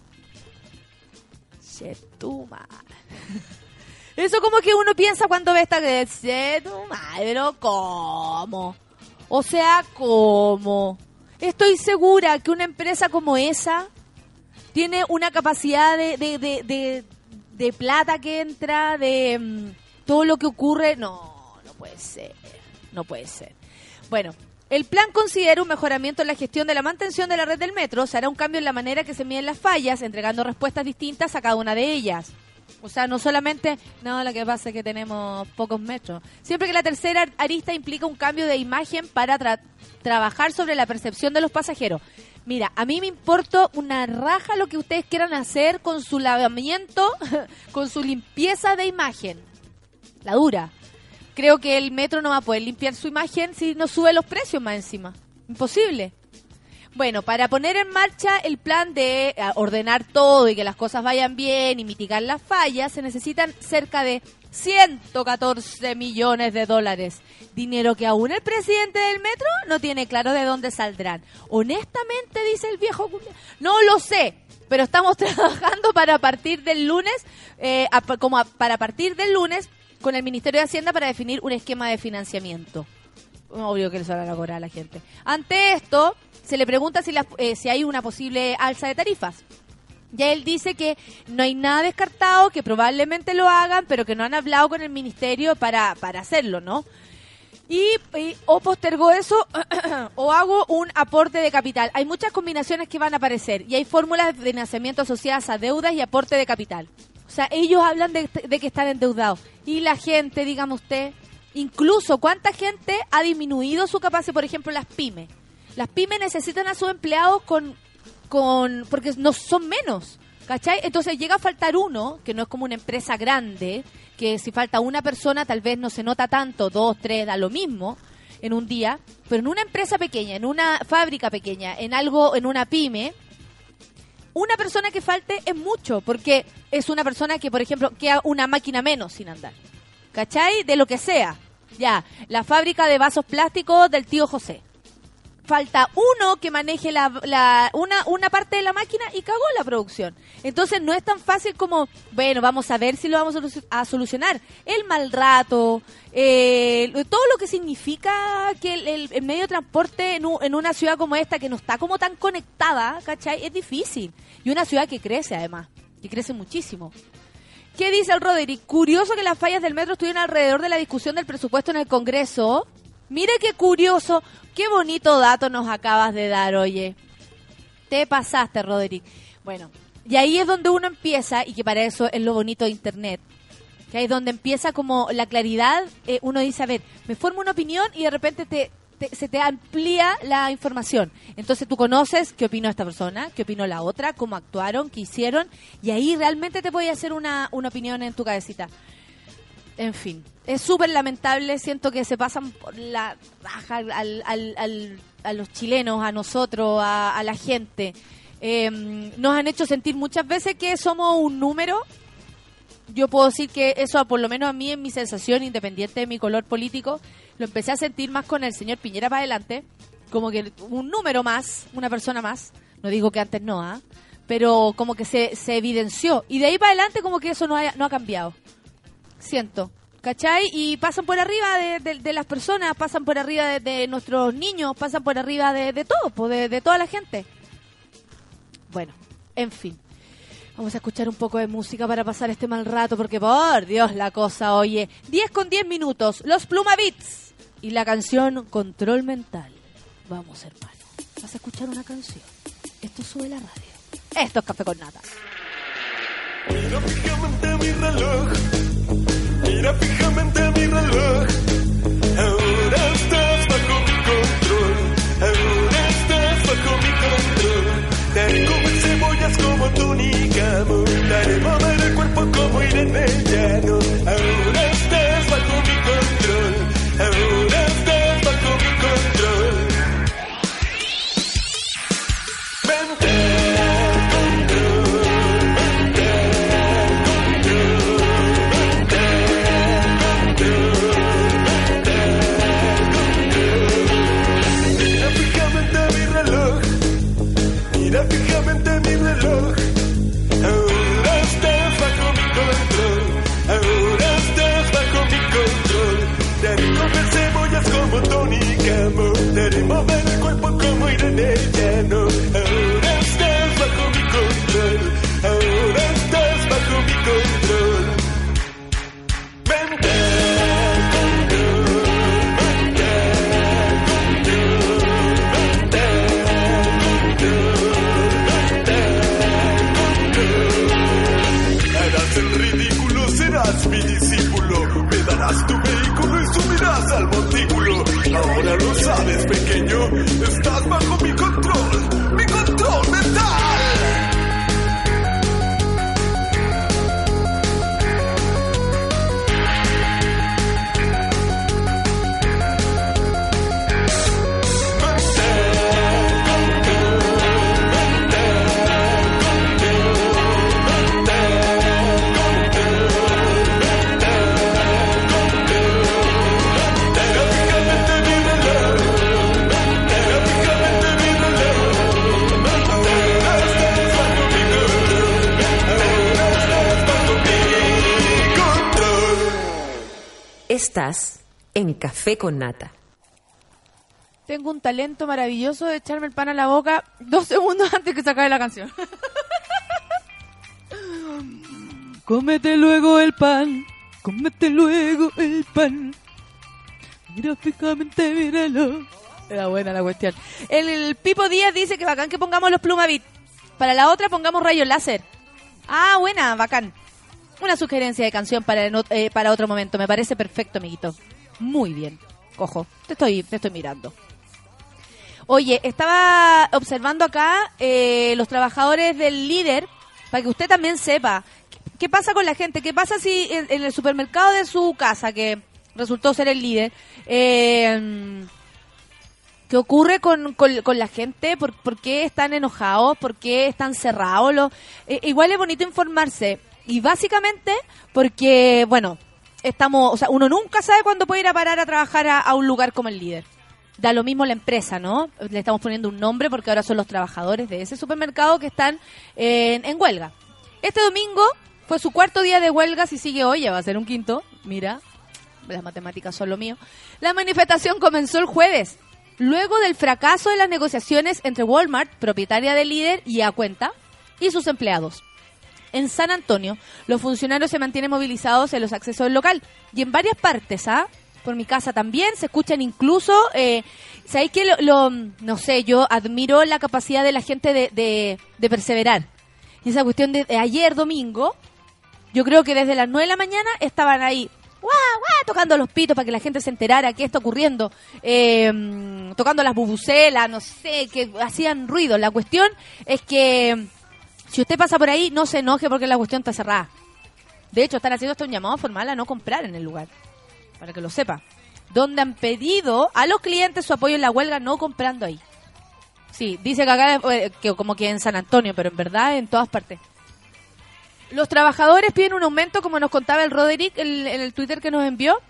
Chetuma. Eso como que uno piensa cuando ve esta que Chetuma, pero ¿cómo? O sea, ¿cómo? Estoy segura que una empresa como esa tiene una capacidad de, de, de, de, de plata que entra, de um, todo lo que ocurre. No, no puede ser. No puede ser. Bueno, el plan considera un mejoramiento en la gestión de la mantención de la red del metro. Se hará un cambio en la manera que se miden las fallas, entregando respuestas distintas a cada una de ellas. O sea, no solamente, no, lo que pasa es que tenemos pocos metros. Siempre que la tercera arista implica un cambio de imagen para tra- trabajar sobre la percepción de los pasajeros. Mira, a mí me importa una raja lo que ustedes quieran hacer con su lavamiento, con su limpieza de imagen. La dura. Creo que el metro no va a poder limpiar su imagen si no sube los precios más encima. Imposible. Bueno, para poner en marcha el plan de ordenar todo y que las cosas vayan bien y mitigar las fallas, se necesitan cerca de ciento catorce millones de dólares. Dinero que aún el presidente del metro no tiene claro de dónde saldrán. Honestamente, dice el viejo, no lo sé, pero estamos trabajando para partir del lunes, eh, a, como a, para partir del lunes con el Ministerio de Hacienda para definir un esquema de financiamiento. Obvio que les van a cobrar a la gente. Ante esto, se le pregunta si, la, eh, si hay una posible alza de tarifas. Ya él dice que no hay nada descartado, que probablemente lo hagan, pero que no han hablado con el ministerio para, para hacerlo, ¿no? Y, y o postergó eso o hago un aporte de capital. Hay muchas combinaciones que van a aparecer y hay fórmulas de financiamiento asociadas a deudas y aporte de capital. O sea, ellos hablan de, de que están endeudados. Y la gente, dígame usted, incluso cuánta gente ha disminuido su capacidad, por ejemplo, las pymes. Las pymes necesitan a sus empleados con, con porque no son menos, ¿cachai? Entonces llega a faltar uno, que no es como una empresa grande, que si falta una persona tal vez no se nota tanto, dos, tres, da lo mismo en un día, pero en una empresa pequeña, en una fábrica pequeña, en algo, en una pyme, una persona que falte es mucho, porque es una persona que, por ejemplo, queda una máquina menos sin andar, ¿cachai? De lo que sea. Ya, la fábrica de vasos plásticos del tío José. Falta uno que maneje la, la una, una parte de la máquina y cagó la producción. Entonces no es tan fácil como, bueno, vamos a ver si lo vamos a solucionar. El mal rato, eh, todo lo que significa que el, el, el medio de transporte en, un, en una ciudad como esta, que no está como tan conectada, ¿cachai? Es difícil. Y una ciudad que crece además, que crece muchísimo. ¿Qué dice el Roderick? Curioso que las fallas del metro estuvieron alrededor de la discusión del presupuesto en el Congreso. Mire qué curioso, qué bonito dato nos acabas de dar, oye. Te pasaste, Roderick. Bueno, y ahí es donde uno empieza, y que para eso es lo bonito de Internet, que ahí es donde empieza como la claridad. Eh, uno dice, a ver, me formo una opinión y de repente te, te, se te amplía la información. Entonces tú conoces qué opinó esta persona, qué opinó la otra, cómo actuaron, qué hicieron, y ahí realmente te puede hacer una, una opinión en tu cabecita. En fin, es súper lamentable, siento que se pasan por la raja al, al, al, a los chilenos, a nosotros, a, a la gente. Eh, nos han hecho sentir muchas veces que somos un número. Yo puedo decir que eso, por lo menos a mí, en mi sensación, independiente de mi color político, lo empecé a sentir más con el señor Piñera para adelante, como que un número más, una persona más. No digo que antes no, ¿ah? Pero como que se, se evidenció. Y de ahí para adelante como que eso no ha, no ha cambiado. Siento, ¿cachai? Y pasan por arriba de, de, de las personas, pasan por arriba de, de nuestros niños, pasan por arriba de, de todo, pues de, de toda la gente. Bueno, en fin. Vamos a escuchar un poco de música para pasar este mal rato, porque por Dios la cosa, oye. diez con diez minutos, los Pluma Beats y la canción Control Mental. Vamos, hermano, vas a escuchar una canción. Esto sube la radio. Esto es Café con Nata. Mira fijamente mi reloj, mira fijamente mi reloj. Ahora estás bajo mi control, ahora estás bajo mi control. Te haré comer cebollas como túnica, montaré mover el cuerpo como Irene Llano. Ahora estás bajo mi control, ahora estás bajo mi control. Vente. Control, Estás bajo mi control, mi control mental. Estás en Café con Nata. Tengo un talento maravilloso de echarme el pan a la boca dos segundos antes que se acabe la canción. Cómete luego el pan, cómete luego el pan. Mira fijamente, míralo. Era buena la cuestión. El, el Pipo Díaz dice que bacán que pongamos los Plumavit. Para la otra pongamos rayos láser. Ah, buena, bacán. Una sugerencia de canción para, no, eh, para otro momento. Me parece perfecto, amiguito. Muy bien. Cojo, te estoy, te estoy mirando. Oye, estaba observando acá eh, los trabajadores del Líder, para que usted también sepa qué, qué pasa con la gente. ¿Qué pasa si en, en el supermercado de su casa, que resultó ser el Líder, eh, qué ocurre con, con, con la gente? ¿Por, ¿Por qué están enojados? ¿Por qué están cerrados? Los, eh, igual es bonito informarse. Y básicamente porque, bueno, estamos, o sea, uno nunca sabe cuándo puede ir a parar a trabajar a, a un lugar como el Líder. Da lo mismo la empresa, ¿no? Le estamos poniendo un nombre porque ahora son los trabajadores de ese supermercado que están en, en huelga. Este domingo fue su cuarto día de huelga, si sigue hoy ya va a ser un quinto. Mira, las matemáticas son lo mío. La manifestación comenzó el jueves, luego del fracaso de las negociaciones entre Walmart, propietaria del Líder, y Acuenta, y sus empleados. En San Antonio, los funcionarios se mantienen movilizados en los accesos del local. Y en varias partes, ¿ah? Por mi casa también, se escuchan incluso... Eh, ¿Sabéis qué? Lo, lo, no sé, yo admiro la capacidad de la gente de, de, de perseverar. Y esa cuestión de, de ayer, domingo, yo creo que desde las nueve de la mañana estaban ahí, ¡guau, guau!, tocando los pitos para que la gente se enterara qué está ocurriendo. Eh, tocando las bubucelas, no sé, que hacían ruido. La cuestión es que... Si usted pasa por ahí, no se enoje porque la cuestión está cerrada. De hecho, están haciendo hasta un llamado formal a no comprar en el lugar. Para que lo sepa. Donde han pedido a los clientes su apoyo en la huelga no comprando ahí. Sí, dice que acá, eh, que como que en San Antonio, pero en verdad en todas partes. Los trabajadores piden un aumento, como nos contaba el Roderick en, en el Twitter que nos envió.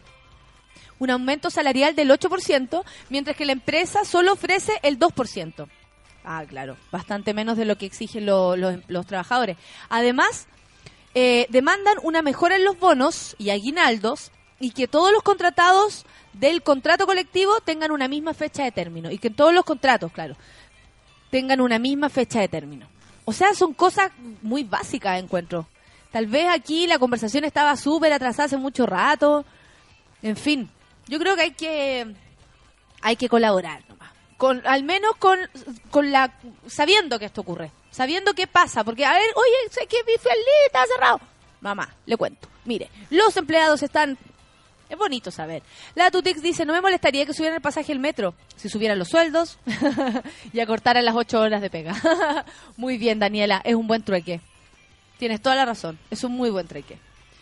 Un aumento salarial del ocho por ciento, mientras que la empresa solo ofrece el dos por ciento. Ah, claro, bastante menos de lo que exigen lo, lo, los trabajadores. Además, eh, demandan una mejora en los bonos y aguinaldos y que todos los contratados del contrato colectivo tengan una misma fecha de término. Y que todos los contratos, claro, tengan una misma fecha de término. O sea, son cosas muy básicas, encuentro. Tal vez aquí la conversación estaba súper atrasada hace mucho rato. En fin, yo creo que hay que, hay que colaborar nomás. Con, al menos con, con la sabiendo que esto ocurre, sabiendo qué pasa, porque a ver, oye, sé que mi Líder está cerrado. Mamá, le cuento. Mire, los empleados están... Es bonito saber. La Tutix dice, no me molestaría que subieran el pasaje del metro, si subieran los sueldos y acortaran las ocho horas de pega. Muy bien, Daniela, es un buen trueque. Tienes toda la razón, es un muy buen trueque.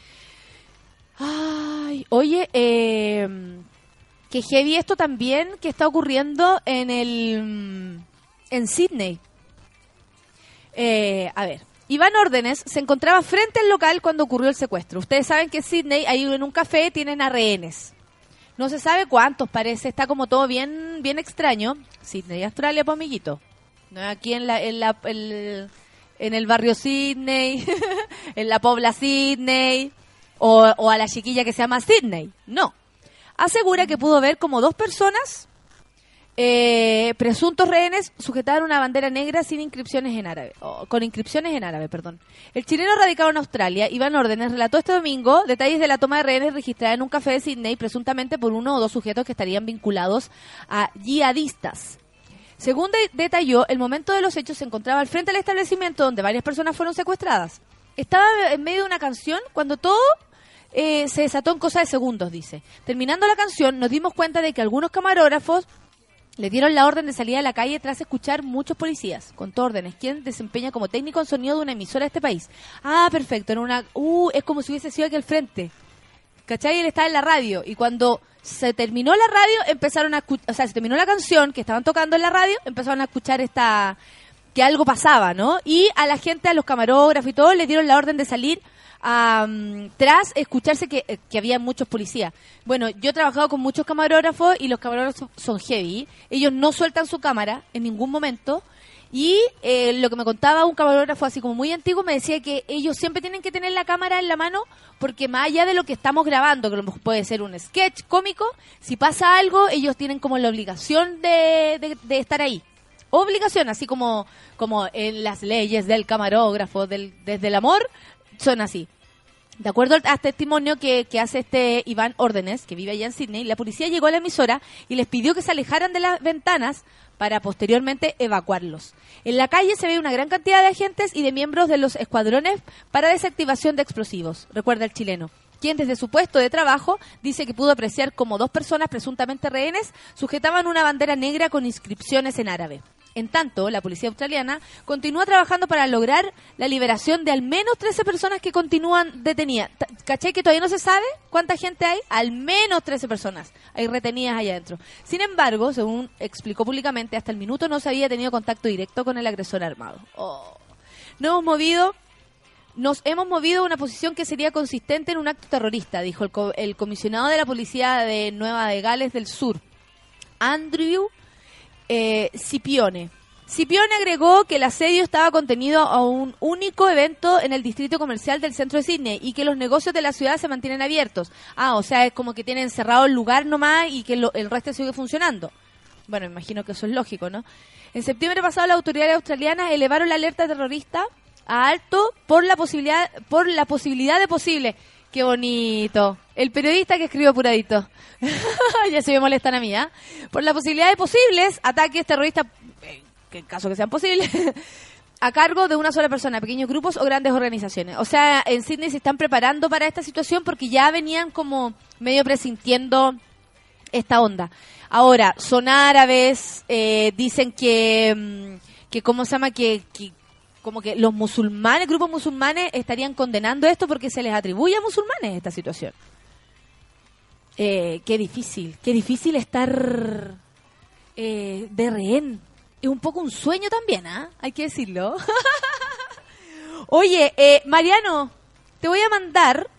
Ay, oye, eh... que heavy esto también que está ocurriendo en el en Sydney. Eh, a ver, Iván Órdenes se encontraba frente al local cuando ocurrió el secuestro. Ustedes saben que en Sydney, ahí en un café, tienen a rehenes. No se sabe cuántos, parece, está como todo bien bien extraño. Sydney, Australia, pues, amiguito. No es aquí en la en la el, en el barrio Sydney, en la pobla Sydney, o, o a la chiquilla que se llama Sydney. No. Asegura que pudo ver como dos personas, eh, presuntos rehenes, sujetar una bandera negra sin inscripciones en árabe, oh, con inscripciones en árabe, perdón. El chileno radicado en Australia, Iván Órdenes, relató este domingo detalles de la toma de rehenes registrada en un café de Sydney, presuntamente por uno o dos sujetos que estarían vinculados a yihadistas. Según de- detalló, el momento de los hechos se encontraba al frente del establecimiento donde varias personas fueron secuestradas. Estaba en medio de una canción cuando todo... Eh, se desató en cosa de segundos, dice. Terminando la canción, nos dimos cuenta de que algunos camarógrafos le dieron la orden de salir a la calle tras escuchar muchos policías, con órdenes, quien desempeña como técnico en sonido de una emisora de este país. Ah, perfecto, era una, uh, es como si hubiese sido aquí al frente. ¿Cachai? Él estaba en la radio, y cuando se terminó la radio, empezaron a escuchar, o sea, se terminó la canción que estaban tocando en la radio, empezaron a escuchar esta, que algo pasaba, ¿no? Y a la gente, a los camarógrafos y todo, les dieron la orden de salir Um, tras escucharse que, que había muchos policías. Bueno, yo he trabajado con muchos camarógrafos y los camarógrafos son heavy. Ellos no sueltan su cámara en ningún momento. Y eh, lo que me contaba un camarógrafo así como muy antiguo, me decía que ellos siempre tienen que tener la cámara en la mano, porque más allá de lo que estamos grabando, que puede ser un sketch cómico, si pasa algo, ellos tienen como la obligación de, de, de estar ahí. Obligación, así como, como en las leyes del camarógrafo, del, desde el amor, son así. De acuerdo al, al testimonio que, que hace este Iván Órdenes, que vive allá en Sydney, la policía llegó a la emisora y les pidió que se alejaran de las ventanas para posteriormente evacuarlos. En la calle se ve una gran cantidad de agentes y de miembros de los escuadrones para desactivación de explosivos, recuerda el chileno, quien desde su puesto de trabajo dice que pudo apreciar como dos personas presuntamente rehenes sujetaban una bandera negra con inscripciones en árabe. En tanto, la policía australiana continúa trabajando para lograr la liberación de al menos trece personas que continúan detenidas. ¿Cachai que todavía no se sabe cuánta gente hay? Al menos trece personas hay retenidas allá adentro. Sin embargo, según explicó públicamente, hasta el minuto no se había tenido contacto directo con el agresor armado. Oh. Nos hemos movido... Nos hemos movido a una posición que sería consistente en un acto terrorista, dijo el, co- el comisionado de la policía de Nueva de Gales del Sur, Andrew eh, Scipione. Scipione agregó que el asedio estaba contenido a un único evento en el distrito comercial del centro de Sydney y que los negocios de la ciudad se mantienen abiertos. Ah, o sea, es como que tienen cerrado el lugar nomás y que lo, el resto sigue funcionando. Bueno, imagino que eso es lógico, ¿no? En septiembre pasado, las autoridades australianas elevaron la alerta terrorista a alto por la posibilidad por la posibilidad de posible. Qué bonito. El periodista que escribió apuradito. Ya se me molestan a mí, ¿eh? Por la posibilidad de posibles ataques terroristas, eh, que en caso que sean posibles, a cargo de una sola persona, pequeños grupos o grandes organizaciones. O sea, en Sydney se están preparando para esta situación porque ya venían como medio presintiendo esta onda. Ahora, son árabes, eh, dicen que, que ¿cómo se llama? Que... que como que los musulmanes, grupos musulmanes estarían condenando esto porque se les atribuye a musulmanes esta situación. Eh, qué difícil, qué difícil estar eh, de rehén. Es un poco un sueño también, ¿ah? ¿eh? Hay que decirlo. Oye, eh, Mariano, te voy a mandar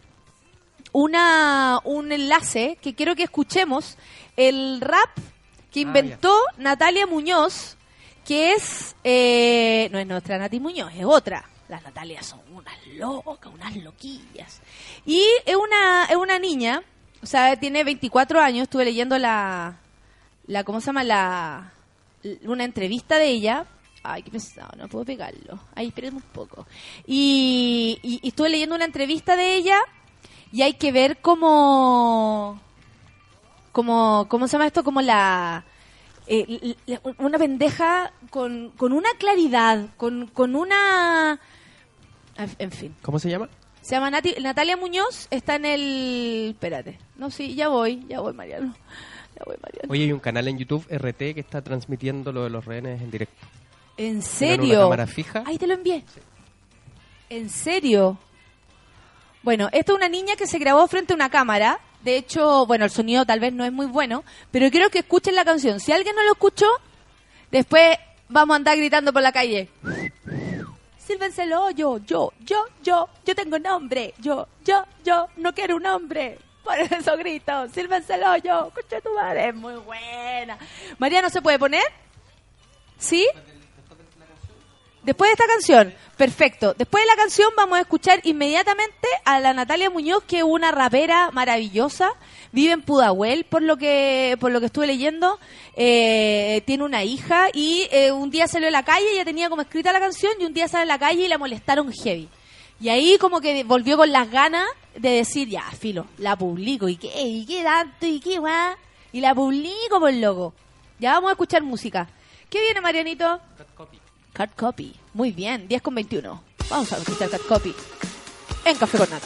una un enlace que quiero que escuchemos el rap que inventó ah, Natalia Muñoz, que es, eh, no es nuestra Nati Muñoz, es otra. Las Natalias son unas locas, unas loquillas. Y es una es una niña, o sea, tiene veinticuatro años, estuve leyendo la, la ¿cómo se llama? La, una entrevista de ella. Ay, qué pesado, no puedo pegarlo. Ay, espérenme un poco. Y, y, y estuve leyendo una entrevista de ella y hay que ver cómo, cómo, ¿cómo se llama esto? Como la... Eh, una pendeja con, con una claridad, con, con una... En fin. ¿Cómo se llama? Se llama Nati, Natalia Muñoz, está en el... Espérate. No, sí, ya voy, ya voy, Mariano. Ya voy, Mariano. Oye, hay un canal en YouTube, R T, que está transmitiendo lo de los rehenes en directo. ¿En serio? ¿Tienen una cámara fija? Ahí te lo envié. Sí. ¿En serio? Bueno, esta es una niña que se grabó frente a una cámara. De hecho, bueno, el sonido tal vez no es muy bueno, pero quiero que escuchen la canción. Si alguien no lo escuchó, después vamos a andar gritando por la calle. Sílvenselo, yo, yo, yo, yo, yo tengo nombre. Yo, yo, yo, no quiero un hombre. Por eso grito, sílvenselo yo. Escucha tu madre, es muy buena. Mariano, ¿se puede poner? ¿Sí? Después de esta canción, perfecto. Después de la canción vamos a escuchar inmediatamente a la Natalia Muñoz, que es una rapera maravillosa. Vive en Pudahuel, por lo que por lo que estuve leyendo. Eh, tiene una hija y eh, un día salió a la calle, ya tenía como escrita la canción, y un día sale a la calle y la molestaron heavy. Y ahí como que volvió con las ganas de decir, ya, filo, la publico. ¿Y qué? ¿Y qué tanto? ¿Y qué más? Y la publico por loco. Ya vamos a escuchar música. ¿Qué viene, Marianito? Cut Copy. Cut Copy. Muy bien, diez con veintiuno. Vamos a escuchar Cut Copy en Café con Nata.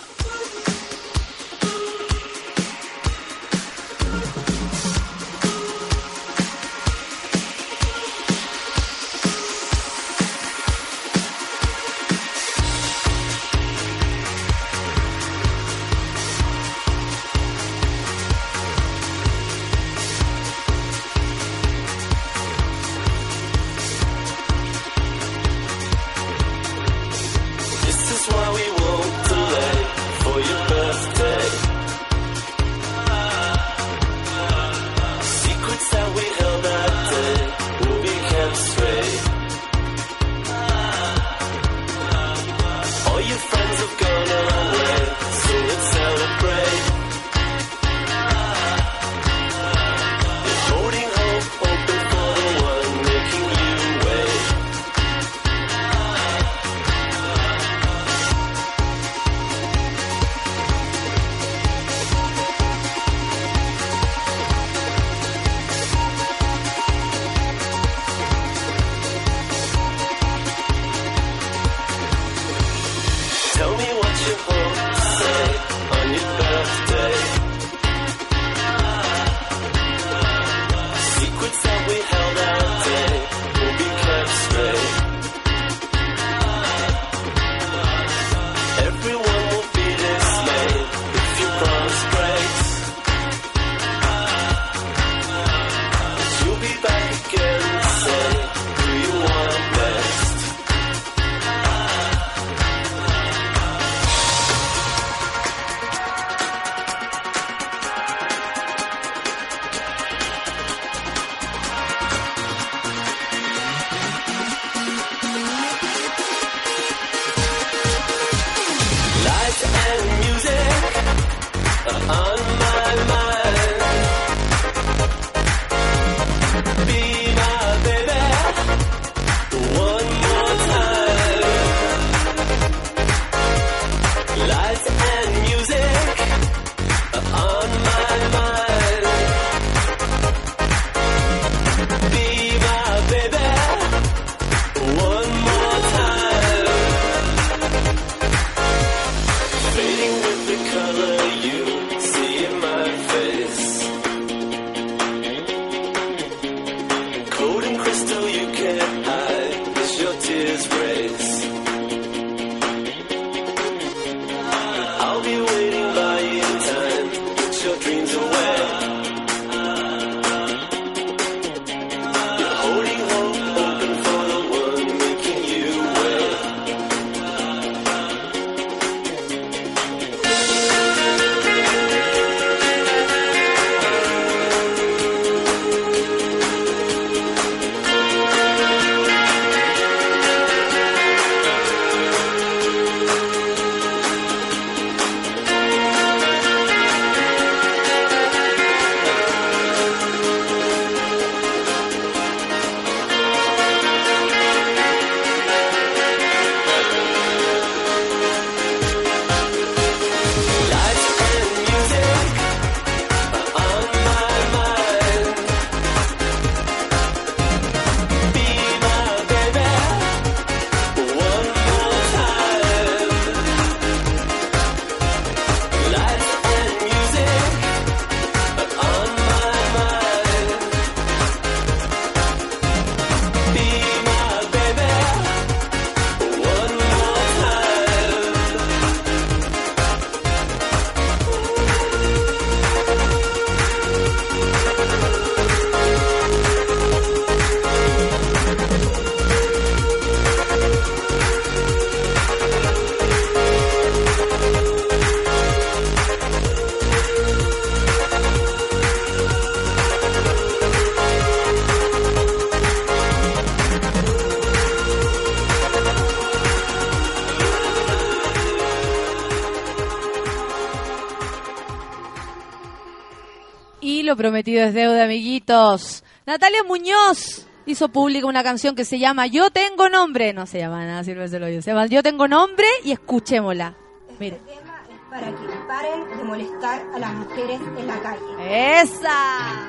Y lo prometido es deuda, amiguitos. Natalia Muñoz hizo pública una canción que se llama Yo Tengo Nombre. No se llama nada, sírveselo yo. Se llama Yo Tengo Nombre y escuchémosla. Mire. Este tema es para que paren de molestar a las mujeres en la calle. ¡Esa!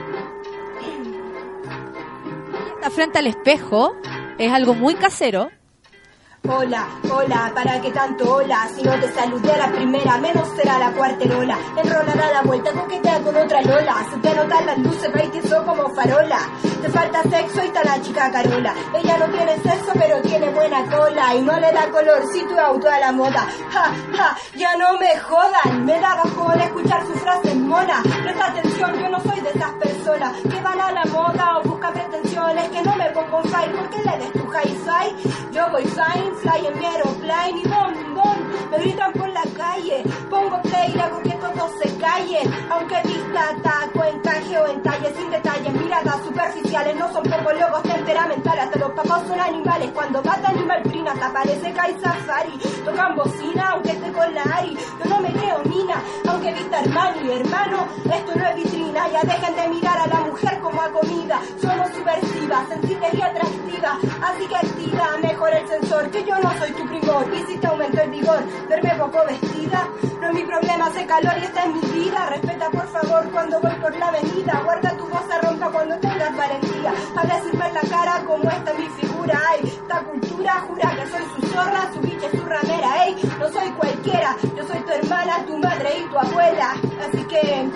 Está frente al espejo. Es algo muy casero. Hola, hola, ¿para qué tanto hola? Si no te saludé a la primera, menos será la cuarterola. Enrolará la vuelta, coquetea con otra lola. Se te notan las luces, veis que sos como farola. Te falta sexo y está la chica Carola. Ella no tiene sexo, pero tiene buena cola. Y no le da colorcito y auto a la moda. Ja, ja, ya no me jodan. Me da bajón escuchar sus frases monas. Presta atención, yo no soy de esas personas que van a la moda o buscan pretensiones. Que no me pongo en fire, ¿por qué le des tu hi-fi? Yo voy fine, fly en mi aeroplane y bom, bom, me gritan por la calle. Pongo play y hago que todos se callen. Aunque vista, taco, encaje o entalle, sin detalles, miradas superficiales. No son poco logos temperamentales, hasta los papás son animales. Cuando mata animal prina, hasta parece Kai Safari. Tocan bocina, aunque esté con la Ari. Yo no me creo mina, aunque vista Armani. Hermano, esto no es vitrina. Ya dejen de mirar a la mujer como a comida. Somos subversivas, sensibles y atractivas. Así que activa mejor el sensor, que yo no soy tu primor. Y si te aumento el vigor, verme poco vestida. No es mi problema, hace calor y esta es mi vida. Respeta por favor cuando voy por la avenida. Guarda tu voz a rompa cuando tengas valentía. A decirme en la cara como esta es mi figura. Ay, esta cultura jura que soy su zorra, su bicha y su ramera. Ey, no soy cualquiera, yo soy tu hermana, tu madre y tu abuela. Así que...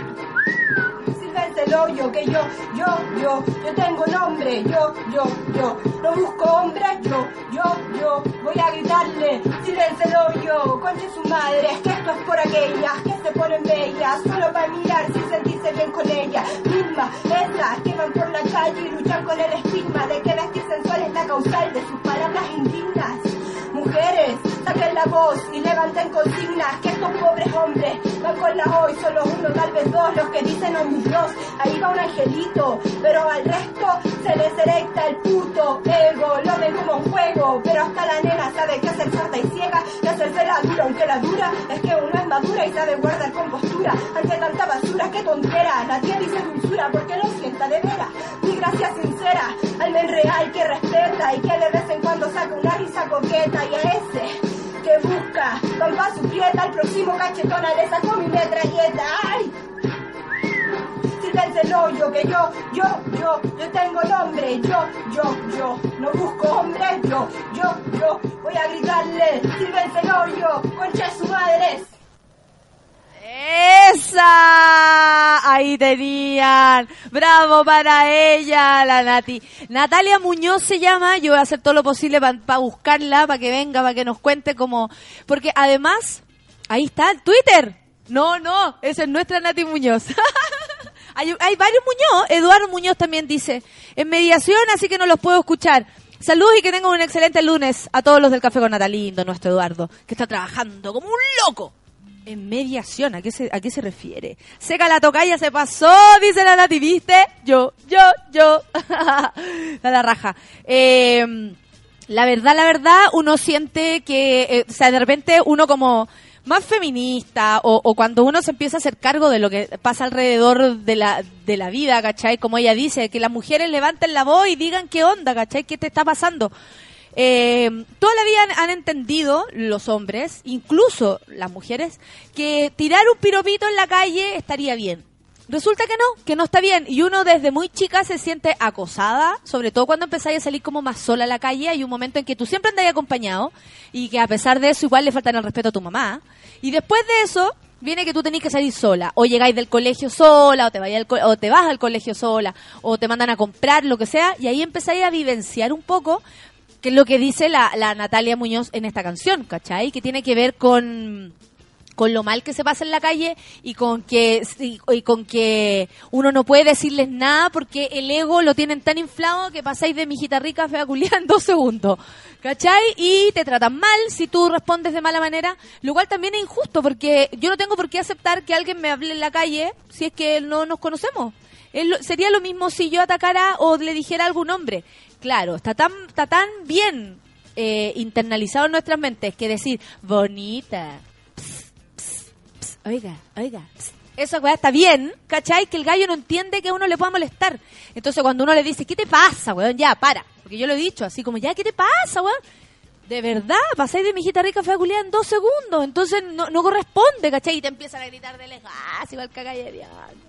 el hoyo que yo, yo, yo, yo tengo nombre, yo, yo, yo, no busco hombre, yo, yo, yo, voy a gritarle, silencio el hoyo, conche su madre, es que esto es por aquellas que se ponen bellas, solo para mirar sin sentirse bien con ella, misma, esas que van por la calle y luchan con el estigma de que vestir sensual es la causal de sus palabras indignas. Mujeres, saquen la voz y levanten consignas, que estos pobres hombres van con la hoy, solo uno, tal vez dos, los que dicen oh mi Dios, ahí va un angelito, pero al resto se les erecta el puto ego, lo ven como un juego, pero hasta la nena sabe que hacer sorda y ciega, y hacerse la dura, aunque la dura es que uno es madura y sabe guardar compostura, ante tanta basura, qué tontera, nadie dice dulzura porque lo sienta de veras, mi gracia sincera, al men real que respeta y que de vez en cuando saca una risa coqueta. Y a ese que busca pan pa' su prieta, al próximo cachetona le sacó mi metralleta. ¡Ay! Sítense el hoyo que yo, yo, yo, yo tengo nombre, yo, yo, yo, no busco hombre, yo, yo, yo, voy a gritarle, sítense el hoyo, concha de su madre. ¡Esa! Ahí tenían. ¡Bravo para ella, la Nati! Natalia Muñoz se llama. Yo voy a hacer todo lo posible para pa buscarla, para que venga, para que nos cuente cómo... Porque además, ahí está el Twitter. No, no, esa es nuestra Nati Muñoz. hay, hay varios Muñoz. Eduardo Muñoz también dice, en mediación, así que no los puedo escuchar. Saludos y que tengan un excelente lunes a todos los del Café con Nata. Lindo nuestro Eduardo, que está trabajando como un loco. En mediación, ¿a qué se, a qué se refiere? Seca la tocaya, se pasó, dice la Nati, ¿viste? Yo, yo, yo. Da la raja. Eh, la verdad, la verdad, uno siente que, eh, o sea, de repente uno como más feminista o, o cuando uno se empieza a hacer cargo de lo que pasa alrededor de la, de la vida, ¿cachai? Como ella dice, que las mujeres levanten la voz y digan qué onda, ¿cachai? ¿Qué te está pasando? Eh, toda la vida han, han entendido los hombres, incluso las mujeres, que tirar un piropito en la calle estaría bien. Resulta que no, que no está bien. Y uno desde muy chica se siente acosada, sobre todo cuando empezáis a salir como más sola a la calle. Hay un momento en que tú siempre andas acompañado y que a pesar de eso igual le faltan el respeto a tu mamá. Y después de eso viene que tú tenés que salir sola, o llegáis del colegio sola, o te, vayas al co- o te vas al colegio sola, o te mandan a comprar, lo que sea, y ahí empezáis a vivenciar un poco que es lo que dice la, la Natalia Muñoz en esta canción, ¿cachai? Que tiene que ver con, con lo mal que se pasa en la calle y con que y, y con que uno no puede decirles nada porque el ego lo tienen tan inflado que pasáis de mijita rica fea culiá en dos segundos, ¿cachai? Y te tratan mal si tú respondes de mala manera, lo cual también es injusto porque yo no tengo por qué aceptar que alguien me hable en la calle si es que no nos conocemos. Es lo, sería lo mismo si yo atacara o le dijera a algún hombre. Claro, está tan está tan bien eh, internalizado en nuestras mentes que decir bonita, pss, pss, pss, oiga, oiga, pss, esa weá está bien, ¿cachai? Que el gallo no entiende que a uno le pueda molestar. Entonces cuando uno le dice, ¿qué te pasa, weón? Ya, para. Porque yo lo he dicho así como, ya, ¿qué te pasa, weón? De verdad, pasáis de mi hijita rica fea culiada en dos segundos. Entonces no, no corresponde, ¿cachai? Y te empiezan a gritar de lejos, igual cagallería.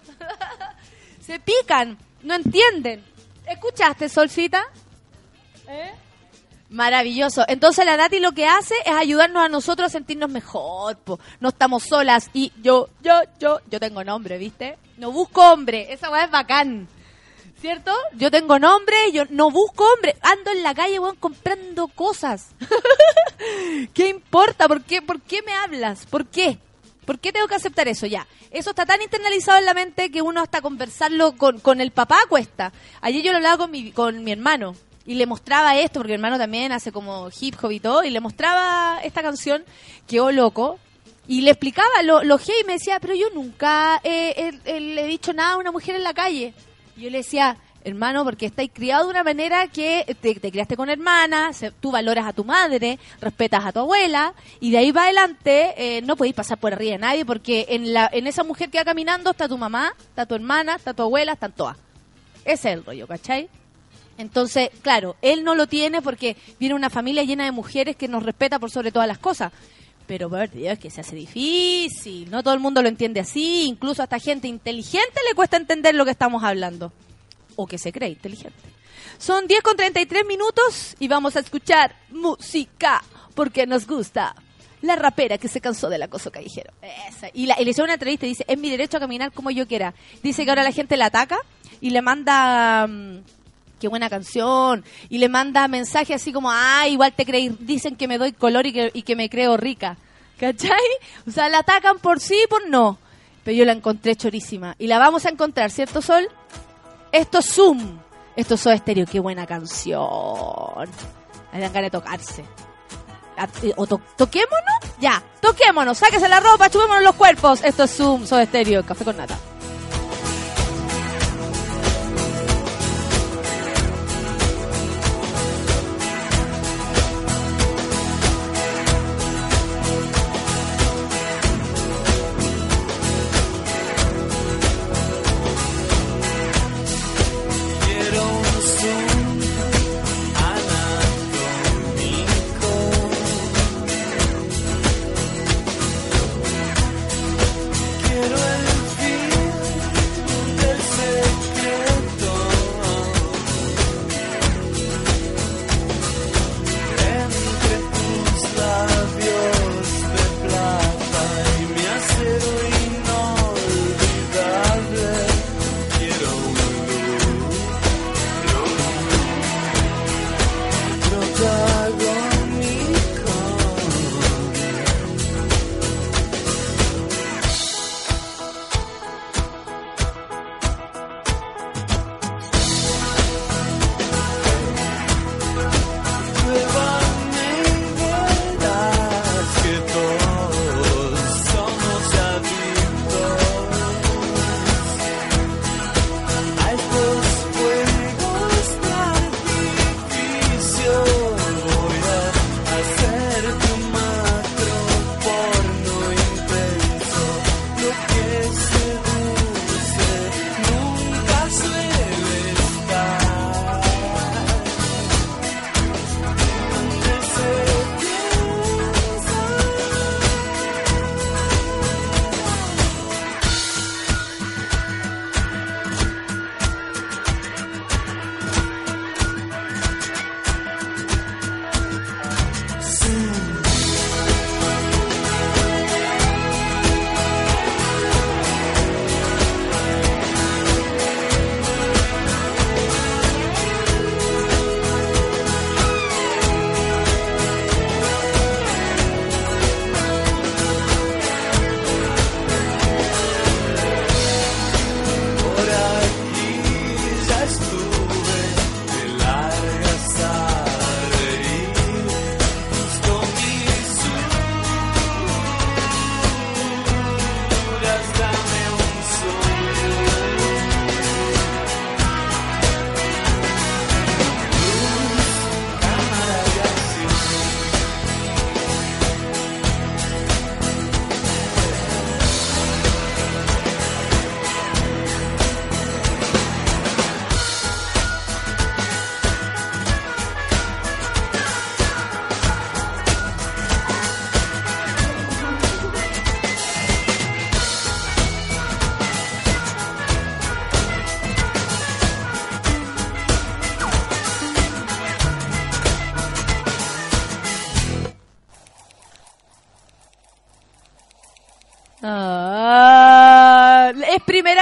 Se pican, no entienden. ¿Escuchaste, Solcita? ¿Eh? Maravilloso. Entonces la Nati lo que hace es ayudarnos a nosotros a sentirnos mejor, po. No estamos solas. Y yo, yo, yo, yo tengo nombre, ¿viste? No busco hombre. Esa weá es bacán. ¿Cierto? Yo tengo nombre, yo no busco hombre. Ando en la calle, weón, comprando cosas. ¿Qué importa? ¿Por qué, ¿Por qué me hablas? ¿Por qué? ¿Por qué tengo que aceptar eso? Ya. Eso está tan internalizado en la mente que uno hasta conversarlo con, con el papá cuesta. Ayer yo lo hablaba con mi, con mi hermano. Y le mostraba esto, porque mi hermano también hace como hip hop y todo, y le mostraba esta canción, quedó loco, y le explicaba lo, lo gay, y me decía, pero yo nunca eh, eh, le he dicho nada a una mujer en la calle. Y yo le decía, hermano, porque estáis criado de una manera que te, te criaste con hermanas, se, tú valoras a tu madre, respetas a tu abuela, y de ahí va adelante eh, no podéis pasar por arriba de nadie, porque en, la, en esa mujer que va caminando está tu mamá, está tu hermana, está tu abuela, están todas. Ese es el rollo, ¿cachai? Entonces, claro, él no lo tiene porque viene una familia llena de mujeres que nos respeta por sobre todas las cosas. Pero, por Dios, es que se hace difícil. No todo el mundo lo entiende así. Incluso a esta gente inteligente le cuesta entender lo que estamos hablando. O que se cree inteligente. Son diez con treinta y tres minutos y vamos a escuchar música porque nos gusta. La rapera que se cansó del acoso callejero. Esa. Y, la, y le hizo una entrevista y dice, es mi derecho a caminar como yo quiera. Dice que ahora la gente la ataca y le manda... Um, qué buena canción, y le manda mensaje así como, ah, igual te creí, dicen que me doy color y que, y que me creo rica, ¿cachai? O sea, la atacan por sí y por no, pero yo la encontré chorísima, y la vamos a encontrar, ¿cierto, Sol? Esto es Zoom, esto es Soda Stereo, qué buena canción, me dan ganas de tocarse. O to- ¿Toquémonos? Ya, toquémonos, sáquese la ropa, chupémonos los cuerpos, esto es Zoom, Soda Stereo, Café con Nata. Quiero el fin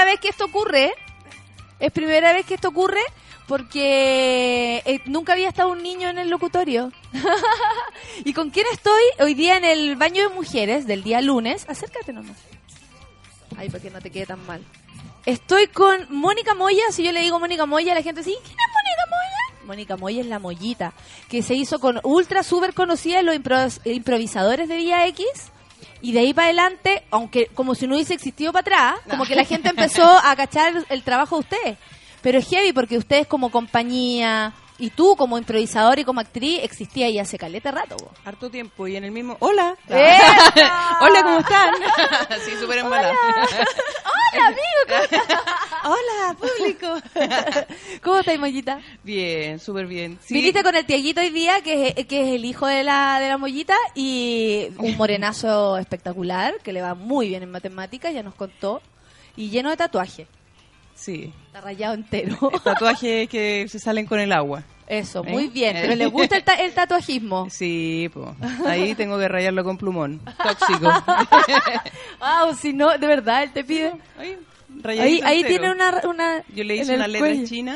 vez que esto ocurre. Es primera vez que esto ocurre porque eh, nunca había estado un niño en el locutorio. ¿Y con quién estoy? Hoy día en el baño de mujeres del día lunes. Acércate nomás. Ay, para que no te quede tan mal. Estoy con Mónica Moya. Si yo le digo Mónica Moya, la gente dice, ¿quién es Mónica Moya? Mónica Moya es la Mollita, que se hizo con ultra súper conocida en los impro- improvisadores de Vía X. Y de ahí para adelante, aunque como si no hubiese existido para atrás, no. Como que la gente empezó a cachar el trabajo de ustedes. Pero es heavy porque ustedes como compañía y tú como improvisador y como actriz existía ahí hace caleta rato. Vos. Harto tiempo y en el mismo... ¡Hola! ¡Epa! ¡Hola, ¿cómo están? Sí, súper embalada. ¡Hola, amigo! ¿Cómo estás? ¡Hola, público! ¿Cómo estás, Mollita? Bien, súper bien. Sí. Viniste con el Tiaguito hoy día, que es, que es el hijo de la, de la Mollita, y un morenazo espectacular, que le va muy bien en matemáticas, ya nos contó, y lleno de tatuaje. Sí. Está rayado entero. El tatuaje que se salen con el agua. Eso, ¿Eh? muy bien. ¿Pero le gusta el, ta- el tatuajismo? Sí, pues. Ahí tengo que rayarlo con plumón. Tóxico. Wow, si no, de verdad, él te pide. Ahí, ahí, ahí tiene una, una. Yo le hice una letra china.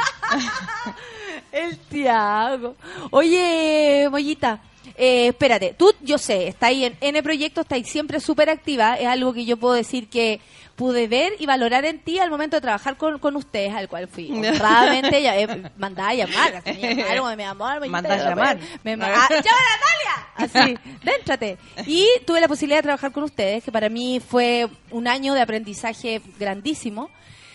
El Tiago. Oye, Mollita. Eh, espérate, tú, yo sé, está ahí en N proyectos, está ahí siempre súper activa. Es algo que yo puedo decir que pude ver y valorar en ti al momento de trabajar con, con ustedes, al cual fui honradamente ya, eh, mandada a llamar. Así, me llamaron, me amor, Manda a llamar. Me, me, ah, ¡llama a Natalia! Así, déntrate. Y tuve la posibilidad de trabajar con ustedes, que para mí fue un año de aprendizaje grandísimo.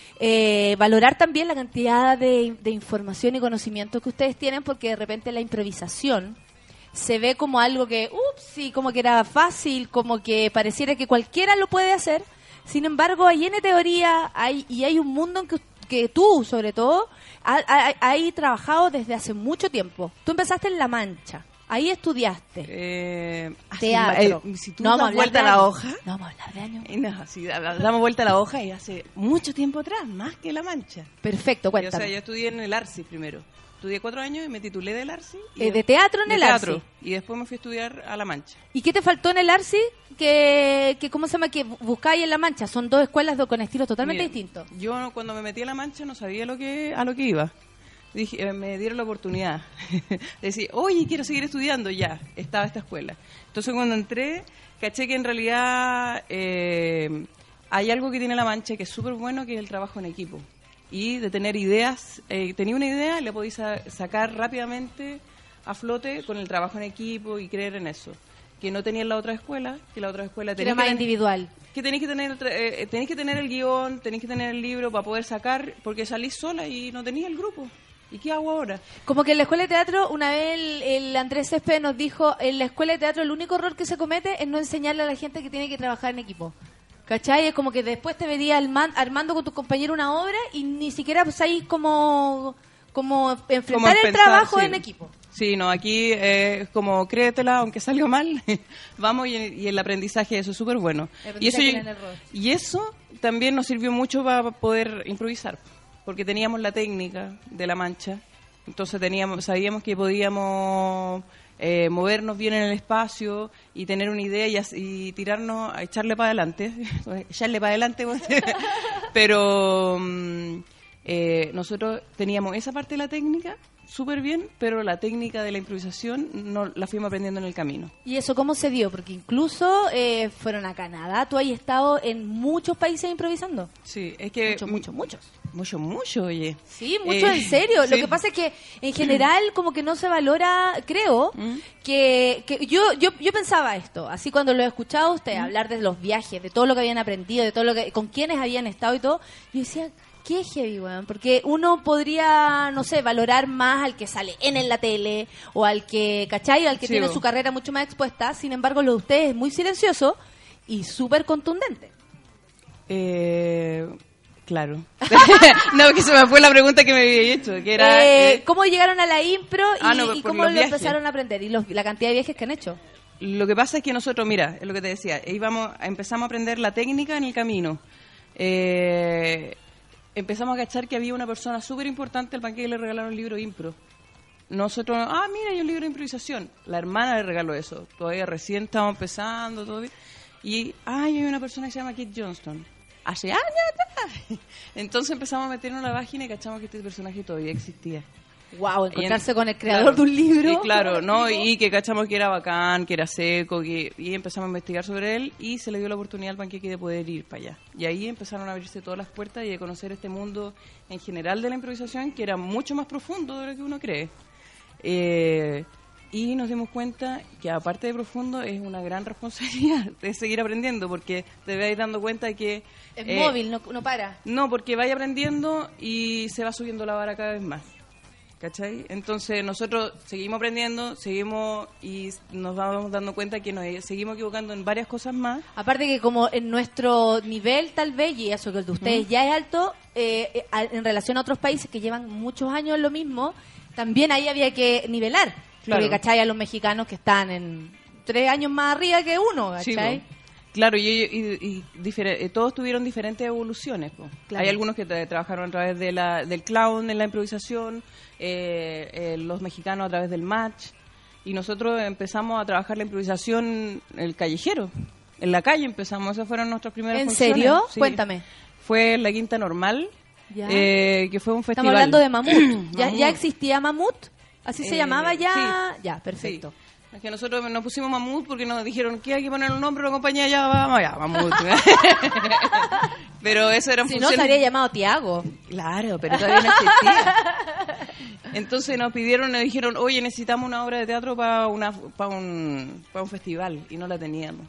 Eh, valorar también la cantidad de, de información y conocimiento que ustedes tienen, porque de repente la improvisación se ve como algo que, ups, sí, como que era fácil, como que pareciera que cualquiera lo puede hacer. Sin embargo, hay N teoría hay, y hay un mundo en que, que tú, sobre todo, has ha, ha trabajado desde hace mucho tiempo. Tú empezaste en La Mancha, ahí estudiaste. Eh, teatro. Eh, si tú no das vuelta a la hoja. No vamos a hablar de años. No, si damos vuelta a la hoja y hace mucho tiempo atrás, más que La Mancha. Perfecto, cuéntame. Y, o sea, yo estudié en el Arcis primero. Estudié cuatro años y me titulé del Arcis. Eh, ¿De teatro en de el teatro, Arcis? Y después me fui a estudiar a La Mancha. ¿Y qué te faltó en el Arcis? Que, que ¿cómo se llama? Que buscáis en La Mancha. Son dos escuelas de, con estilos totalmente Mira, distintos. Yo cuando me metí a La Mancha no sabía lo que a lo que iba. Dije, eh, me dieron la oportunidad de decir, oye, quiero seguir estudiando. Ya, estaba esta escuela. Entonces cuando entré, caché que en realidad eh, hay algo que tiene La Mancha que es súper bueno, que es el trabajo en equipo. Y de tener ideas, eh, tenía una idea y la podéis sa- sacar rápidamente a flote con el trabajo en equipo y creer en eso. Que no tenía en la otra escuela, que la otra escuela tenía Era más que individual. Que tenéis que tener eh, tenéis que tener el guión, tenéis que tener el libro para poder sacar, porque salís sola y no tenía el grupo. ¿Y qué hago ahora? Como que en la escuela de teatro, una vez el, el Andrés Céspedes nos dijo, en la escuela de teatro el único error que se comete es no enseñarle a la gente que tiene que trabajar en equipo. ¿Cachai? Es como que después te vería armando con tu compañero una obra y ni siquiera pues ahí como, como enfrentar Como el pensar, trabajo sí. en equipo. Sí, no, aquí eh, es como créetela, aunque salga mal, vamos y, y el aprendizaje, eso es súper bueno. Y eso, en el error. y eso también nos sirvió mucho para poder improvisar, porque teníamos la técnica de La Mancha, entonces teníamos sabíamos que podíamos eh, movernos bien en el espacio y tener una idea y, as- y tirarnos a echarle para adelante, echarle para adelante, pero mm, eh, nosotros teníamos esa parte de la técnica súper bien, pero la técnica de la improvisación no la fuimos aprendiendo en el camino. ¿Y eso cómo se dio? Porque incluso eh, fueron a Canadá, tú has estado en muchos países improvisando. Sí, es que... Muchos, muchos, muchos. Mucho, mucho, oye. Sí, mucho Eh, en serio. sí. Lo que pasa es que en general como que no se valora, creo, ¿Mm? que, que yo, yo yo pensaba esto, así cuando lo he escuchado a usted hablar de los viajes, de todo lo que habían aprendido, de todo lo que con quiénes habían estado y todo, yo decía, qué heavy, weón, porque uno podría, no sé, valorar más al que sale en, en la tele o al que, ¿cachai? Al que Sí, tiene bo. su carrera mucho más expuesta. Sin embargo, lo de ustedes es muy silencioso y súper contundente. Eh, claro. No, que se me fue la pregunta que me había hecho, que era... Eh, eh, ¿Cómo llegaron a la impro y, Ah, no, y por cómo los lo viajes. empezaron a aprender? Y los- la cantidad de viajes que han hecho. Lo que pasa es que nosotros, mira, es lo que te decía, íbamos, empezamos a aprender la técnica en el camino. Eh, empezamos a cachar que había una persona súper importante al que le regalaron el libro Impro. Nosotros, ah, mira, hay un libro de improvisación. La hermana le regaló eso. Todavía recién estábamos empezando, todo bien. Y, ay, hay una persona que se llama Kit Johnston. hace años atrás. Entonces empezamos a meternos en la página y cachamos que este personaje todavía existía. Wow, encontrarse en, con el creador claro, de un libro. Y claro, ¿no? Y que cachamos que era bacán, que era seco, que, y empezamos a investigar sobre él y se le dio la oportunidad al Panqueque de poder ir para allá. Y ahí empezaron a abrirse todas las puertas y de conocer este mundo en general de la improvisación, que era mucho más profundo de lo que uno cree. Eh, y nos dimos cuenta que aparte de profundo es una gran responsabilidad de seguir aprendiendo, porque te vais dando cuenta de que... Es eh, móvil, no, no para. No, porque vais aprendiendo y se va subiendo la vara cada vez más. ¿Cachai? Entonces nosotros seguimos aprendiendo, seguimos y nos vamos dando cuenta que nos seguimos equivocando en varias cosas más. Aparte que como en nuestro nivel tal vez, y eso que el de ustedes ¿Mm? ya es alto, eh, en relación a otros países que llevan muchos años en lo mismo, también ahí había que nivelar. Claro. Porque, ¿cachai? A los mexicanos que están en tres años más arriba que uno, ¿cachai? Sí, claro, y, y, y difer- eh, todos tuvieron diferentes evoluciones. Po. Claro. Hay algunos que tra- trabajaron a través de la, del clown en la improvisación, eh, eh, los mexicanos a través del match, y nosotros empezamos a trabajar la improvisación el callejero. En la calle empezamos, esas fueron nuestras primeras ¿En funciones. serio? Sí. Cuéntame. Fue en la Quinta Normal, Ya. eh, que fue un festival. Estamos hablando de Mamut. ¿Ya, Mamut. ¿Ya existía Mamut? ¿Así se Eh, llamaba ya? sí. Ya, perfecto. Sí. Es que nosotros nos pusimos Mamut porque nos dijeron que hay que poner un nombre a la compañía, ya vamos, ya, Mamut. Pero eso eran Si no, funciones... se habría llamado Tiago. Claro, pero todavía no existía. Entonces nos pidieron, nos dijeron, oye, necesitamos una obra de teatro para una para un, para un festival, y no la teníamos.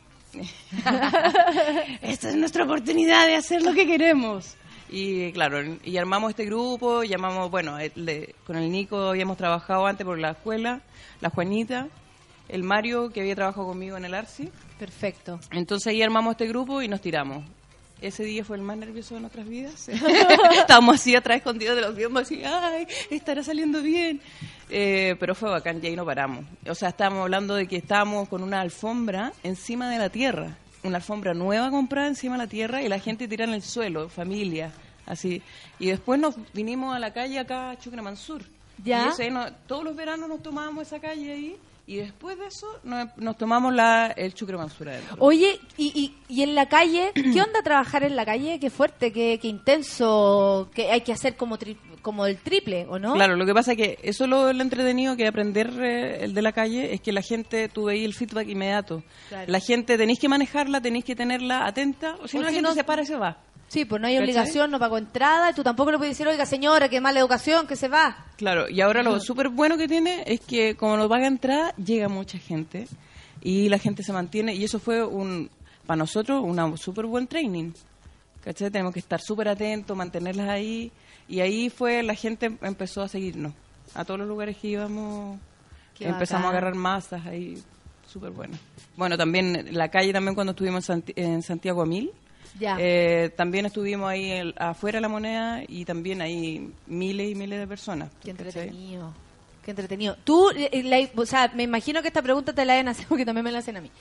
Esta es nuestra oportunidad de hacer lo que queremos. Y claro, y armamos este grupo, llamamos, bueno, el- con el Nico habíamos trabajado antes por la escuela, la Juanita, el Mario, que había trabajado conmigo en el Arci. Perfecto. Entonces ahí armamos este grupo y nos tiramos. Ese día fue el más nervioso de nuestras vidas. Estábamos así atrás escondidos de los viemos, así, ay, estará saliendo bien. Eh, pero fue bacán y ahí no paramos. O sea, estábamos hablando de que estábamos con una alfombra encima de la tierra. Una alfombra nueva comprada encima de la tierra y la gente tira en el suelo, familia, así. Y después nos vinimos a la calle acá, a Chucramansur. ¿Ya? Y ese, no, todos los veranos nos tomábamos esa calle ahí. Y después de eso nos, nos tomamos la, el Chucramansur adentro. Oye, y, y, y en la calle, ¿qué onda trabajar en la calle? Qué fuerte, qué, qué intenso, que hay que hacer como tri- como el triple, ¿o no? Claro, lo que pasa es que eso es lo, lo entretenido que aprender eh, el de la calle, es que la gente, tú veis el feedback inmediato. Claro. La gente tenéis que manejarla, tenéis que tenerla atenta, o si no O la si gente no- se para y se va. Sí, pues no hay ¿Cachai? obligación, no pago entrada, y tú tampoco le puedes decir, oiga señora, qué mala educación, que se va. Claro, y ahora lo súper bueno que tiene es que como nos paga entrada, llega mucha gente y la gente se mantiene, y eso fue un para nosotros un súper buen training. ¿Cachai? Tenemos que estar súper atentos, mantenerlas ahí, y ahí fue, la gente empezó a seguirnos. A todos los lugares que íbamos Qué empezamos bacán. a agarrar masas ahí, súper bueno. Bueno, también en la calle, también cuando estuvimos en, Santi- en Santiago a Mil, Ya. eh, también estuvimos ahí el- afuera de la Moneda, y también hay miles y miles de personas. Qué ¿cachai? entretenido. Qué entretenido. Tú, eh, la- o sea, me imagino que esta pregunta te la deben hacer porque también me la hacen a mí.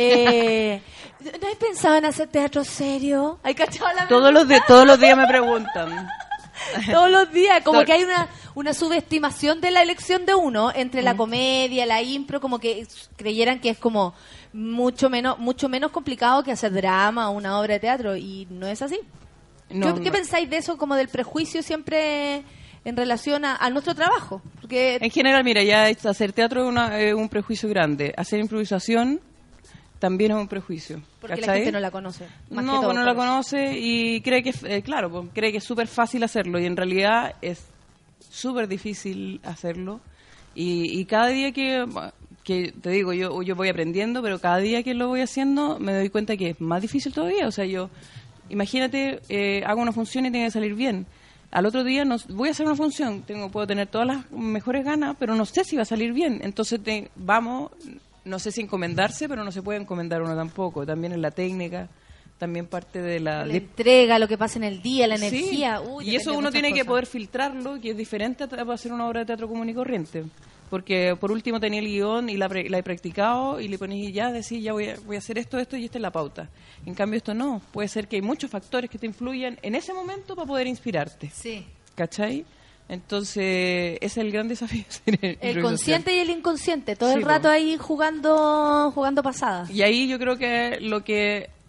Eh, ¿No has pensado en hacer teatro serio? ¿Hay cachado la Todos los, de, todos los días me preguntan. Todos los días, como Todo- que hay una, una subestimación de la elección de uno entre la comedia, la impro, como que creyeran que es como mucho menos mucho menos complicado que hacer drama o una obra de teatro, y no es así. No, ¿Qué, qué no. pensáis de eso, como del prejuicio siempre en relación a, a nuestro trabajo? Porque En general, mira, ya es- hacer teatro es una- es un prejuicio grande. Hacer improvisación también es un prejuicio. porque la ¿cachai? gente no la conoce. Más No, que todo pues no la por eso. conoce y cree que, es- eh, claro, pues, cree que es súper fácil hacerlo, y en realidad es súper difícil hacerlo. Y, y cada día que, que, te digo, yo, yo voy aprendiendo, pero cada día que lo voy haciendo me doy cuenta que es más difícil todavía. O sea, yo, imagínate, eh, hago una función y tiene que salir bien. Al otro día no, voy a hacer una función, tengo puedo tener todas las mejores ganas, pero no sé si va a salir bien. Entonces, te, vamos, no sé si encomendarse, pero no se puede encomendar uno tampoco. También en la técnica, también parte de la... La de- entrega, lo que pasa en el día, la Sí, energía. Uy, y depende eso de uno muchas tiene que cosas. poder filtrarlo, que es diferente a tra- a hacer una obra de teatro común y corriente. Porque por último tenía el guión y la, pre- la he practicado, y le pones ya, decís, ya voy a, voy a hacer esto, esto y esta es la pauta. En cambio esto no, puede ser que hay muchos factores que te influyan en ese momento para poder inspirarte. Sí. ¿Cachai? Entonces, ese es el gran desafío. de hacer El improvisación. consciente y el inconsciente, todo Sí, el rato po. ahí jugando jugando pasadas. Y ahí yo creo que lo que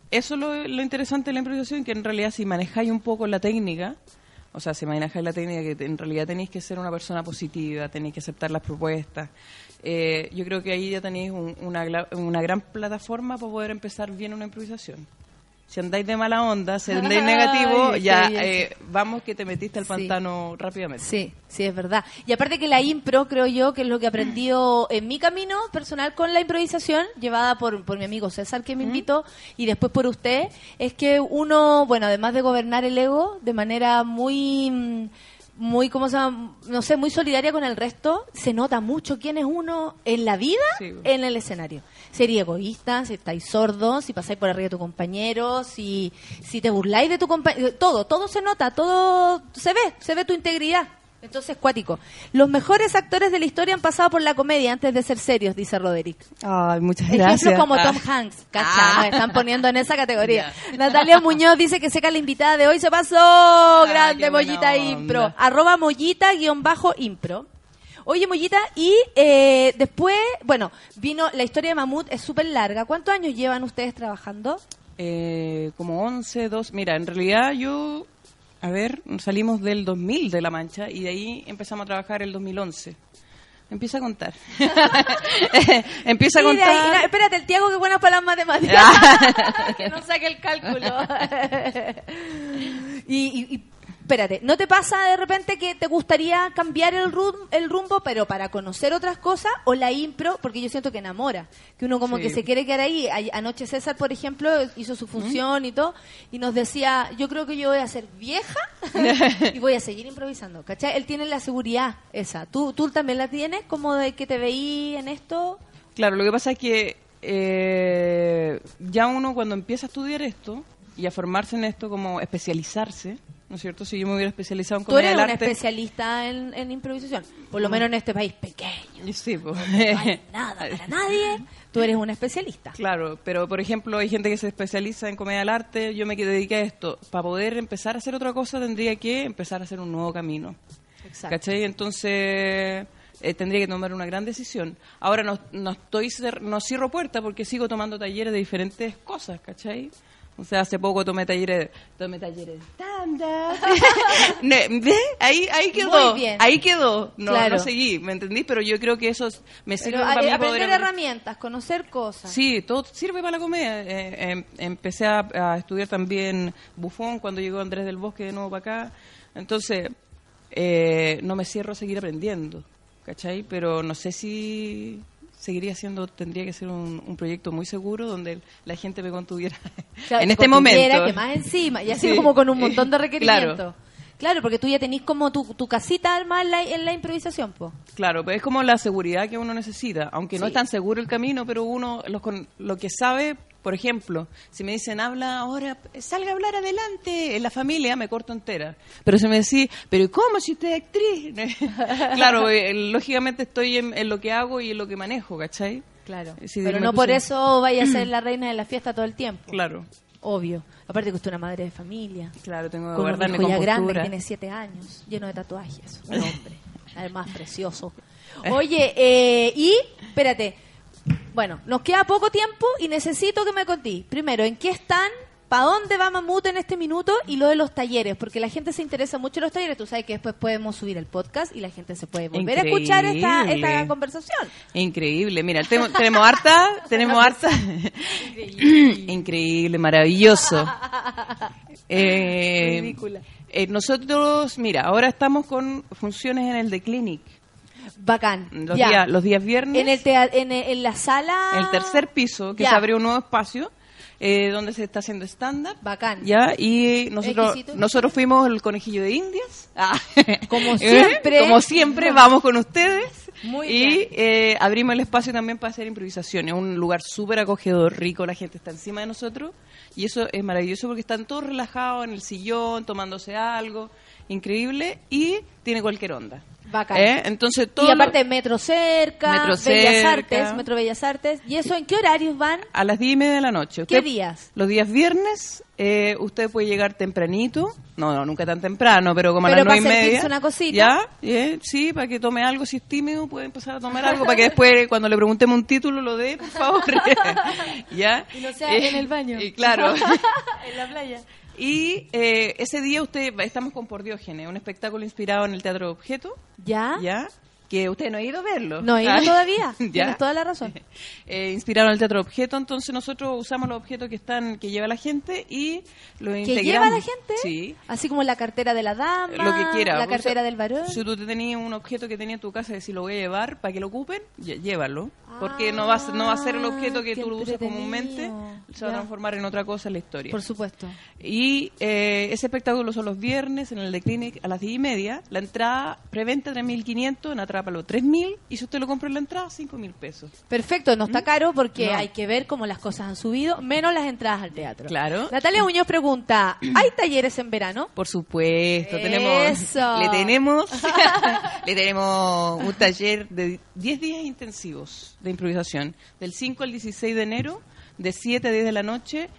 eso es lo, lo interesante de la improvisación, que en realidad si manejáis un poco la técnica, o sea, si manejáis la técnica, que te- en realidad tenéis que ser una persona positiva, tenéis que aceptar las propuestas. Eh, yo creo que ahí ya tenéis un- una, gla- una gran plataforma para poder empezar bien una improvisación. Si andáis de mala onda, si andáis negativo, Ay, ya sí, ya eh, vamos que te metiste al Sí. pantano rápidamente. Sí, sí, es verdad. Y aparte que la impro, creo yo, que es lo que he aprendido en mi camino personal con la improvisación, llevada por, por mi amigo César, que me invitó, y después por usted, es que uno, bueno, además de gobernar el ego de manera muy... mm, muy, ¿cómo se llama? No sé, muy solidaria con el resto, se nota mucho quién es uno en la vida, Sí. en el escenario. Si eres egoísta, si estáis sordos, si pasáis por arriba de tu compañero, si, si te burláis de tu compañero, todo, todo se nota, todo se ve, se ve tu integridad. Entonces, cuático. Los mejores actores de la historia han pasado por la comedia antes de ser serios, dice Roderick. Ay, muchas gracias. Ejemplos como Ah. Tom Hanks, ¿cachai? Nos están poniendo en esa categoría. Natalia Muñoz dice que seca la invitada de hoy, se pasó. Grande, qué buena Mollita onda. Impro. Arroba Mollita guión bajo Impro. Oye, Mollita, y eh, después, bueno, vino, la historia de Mamut es súper larga. ¿Cuántos años llevan ustedes trabajando? Eh, como once, dos. Mira, en realidad yo, a ver, salimos del dos mil de La Mancha y de ahí empezamos a trabajar el dos mil once. Empieza a contar. Empieza a Y de ahí- contar. no, espérate, el Tiago que bueno para las matemáticas. Que no saque el cálculo. y, y- y, espérate, ¿no te pasa de repente que te gustaría cambiar el, rum- el rumbo, pero para conocer otras cosas? O la impro, porque yo siento que enamora. Que uno como Sí. que se quiere quedar ahí. Ay- Anoche César, por ejemplo, hizo su función y todo. Y nos decía, yo creo que yo voy a ser vieja y voy a seguir improvisando. ¿Cachai? Él tiene la seguridad esa. ¿Tú, tú también la tienes? Como de que te veí en esto. Claro, lo que pasa es que eh, ya uno cuando empieza a estudiar esto y a formarse en esto, como especializarse, ¿no es cierto? Si yo me hubiera especializado en Tú comedia eres del una arte... especialista en, en improvisación, por lo menos en este país pequeño. Sí, pues. No hay nada para nadie. Tú eres una especialista. Claro, pero por ejemplo hay gente que se especializa en comedia del arte, yo me que- dediqué a esto. Para poder empezar a hacer otra cosa tendría que empezar a hacer un nuevo camino. Exacto. ¿Cachai? Entonces eh, tendría que tomar una gran decisión. Ahora no, no estoy cer- no cierro puerta porque sigo tomando talleres de diferentes cosas, ¿cachai? O sea, hace poco tomé talleres, tomé talleres de stand-up. Ne- ¿Ve? Ahí, ahí quedó. Muy bien. Ahí quedó. No, Claro. no seguí, ¿me entendí? Pero yo creo que eso es- me sirve Pero, para a- mí aprender poder- herramientas, conocer cosas. Sí, todo sirve para la comedia. Eh, em- empecé a, a estudiar también Buffon cuando llegó Andrés del Bosque de nuevo para acá. Entonces, eh, no me cierro a seguir aprendiendo, ¿cachai? Pero no sé si seguiría siendo, tendría que ser un, un proyecto muy seguro donde la gente me contuviera Claro, en este contuviera, momento. que más encima, y así Sí. como con un montón de requerimientos. Claro. Claro, porque tú ya tenés como tu, tu casita armada en la, en la improvisación, po. Claro, pues es como la seguridad que uno necesita, aunque no Sí. es tan seguro el camino, pero uno los con- lo que sabe, por ejemplo, si me dicen habla ahora, salga a hablar adelante en la familia, me corto entera. Pero si me decís, pero ¿cómo si usted es actriz? Claro, eh, lógicamente estoy en, en lo que hago y en lo que manejo, ¿cachai? Claro. Sí, Pero me no puse- por eso vaya a ser la reina de la fiesta todo el tiempo. Claro, Obvio. Aparte que usted es una madre de familia. claro, tengo que Con un guardarme hijo ya grande, que compostura. tiene siete años, lleno de tatuajes. Un hombre, además precioso. Oye, eh, y, espérate, bueno, nos queda poco tiempo y necesito que me contéis. Primero, ¿en qué están? ¿Para dónde va Mamut en este minuto? Y lo de los talleres, porque la gente se interesa mucho en los talleres. Tú sabes que después podemos subir el podcast y la gente se puede volver a escuchar esta, esta Increíble. conversación. Increíble, mira, tenemos, tenemos harta, tenemos harta. Increíble, maravilloso. Eh, Ridícula. eh, nosotros, mira, ahora estamos con funciones en el The Clinic. Bacán. Los, Ya. días, los días viernes, En, el tea- en, en la sala... en el tercer piso, que Ya. se abrió un nuevo espacio, eh, donde se está haciendo stand-up. Bacán. Ya, y nosotros, Exquisito. nosotros fuimos el conejillo de Indias. Ah. Como ¿Eh? siempre. Como siempre, vamos con ustedes. Muy y bien. eh, abrimos el espacio también para hacer improvisaciones. Un lugar súper acogedor, rico, la gente está encima de nosotros. Y eso es maravilloso porque están todos relajados en el sillón, tomándose algo. Increíble. Y tiene cualquier onda. Bacán. ¿Eh? Entonces, todo y aparte Metro cerca, Metro Bellas cerca. Artes, Metro Bellas Artes. ¿Y eso en qué horarios van? a las diez y media de la noche. ¿Qué Usted- días? Los días viernes, eh, usted puede llegar tempranito. No, no, nunca tan temprano, pero como a Pero las nueve y para servirse media. una cosita. ¿Ya? Eh, sí, para que tome algo. Si es tímido, puede empezar a tomar algo para que después, cuando le preguntemos un título, lo dé, por favor. ¿Ya? Y no sea en el baño. Y claro. En la playa. Y eh, ese día usted estamos con Por Diógenes, un espectáculo inspirado en el Teatro de Objeto. ¿Ya? ¿Ya? Que usted no ha ido a verlo. No he ido Ah, todavía. ¿ya? Tienes toda la razón. Eh, inspiraron el teatro de objeto, entonces nosotros usamos los objetos que están que lleva la gente y los ¿Que integramos. lleva la gente? Sí. Así como la cartera de la dama, Lo que quiera. la O sea, cartera del varón. Si tú te tenías un objeto que tenía en tu casa y si lo voy a llevar para que lo ocupen, lle- llévalo. Porque no va, a ser- no va a ser el objeto que qué tú lo usas entretenido. comúnmente, se va a Ya. transformar en otra cosa en la historia. Por supuesto. Y eh, ese espectáculo son los viernes en el The Clinic a las diez y media. La entrada preventa tres mil quinientos, en Atrápalo tres mil. Y si usted lo compra en la entrada, cinco mil pesos. Perfecto, no está caro porque No. hay que ver cómo las cosas han subido, menos las entradas al teatro. Claro. Natalia Muñoz pregunta, ¿hay talleres en verano? Por supuesto, Eso. tenemos le tenemos le tenemos un taller de diez días intensivos de improvisación, del cinco al dieciséis de enero, de siete a diez de la noche,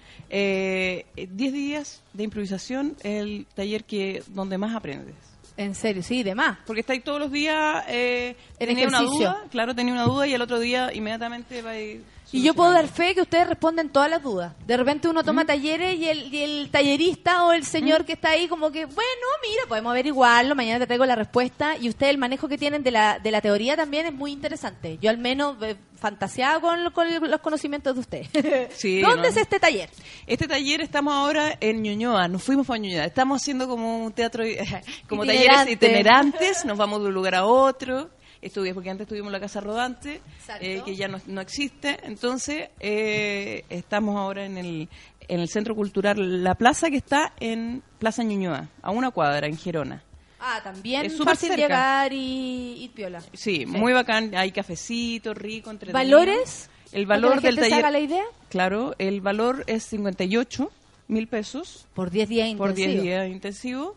eh, diez días de improvisación, el taller que donde más aprendes. En serio, sí, de más. Porque estáis todos los días eh, En tenía una ejercicio. duda, claro, tenía una duda y al otro día inmediatamente va a ir Y yo puedo dar solucionando. fe que ustedes responden todas las dudas. De repente uno toma talleres y el, y el tallerista o el señor que está ahí como que, bueno, mira, podemos averiguarlo, mañana te traigo la respuesta. Y ustedes, el manejo que tienen de la, de la teoría también es muy interesante. Yo al menos eh, fantaseaba con, lo- con los conocimientos de ustedes. Sí, ¿Dónde ¿no? es este taller? Este taller estamos ahora en Ñuñoa, nos fuimos para Ñuñoa, estamos haciendo como un teatro, como Itinerante. talleres itinerantes, nos vamos de un lugar a otro, estuve, porque antes tuvimos la Casa Rodante, Exacto. eh, que ya no, no existe, entonces eh, estamos ahora en el, en el Centro Cultural La Plaza, que está en Plaza Ñuñoa, a una cuadra, en Gerona. Ah, también Es súper fácil cerca. llegar y, y piola. Sí, muy bacán, hay cafecito, rico, entretenido. ¿Valores? El Para que valor la del gente se taller, haga la idea. claro, el valor es cincuenta y ocho mil pesos. Por diez días Por intensivos. diez días intensivos.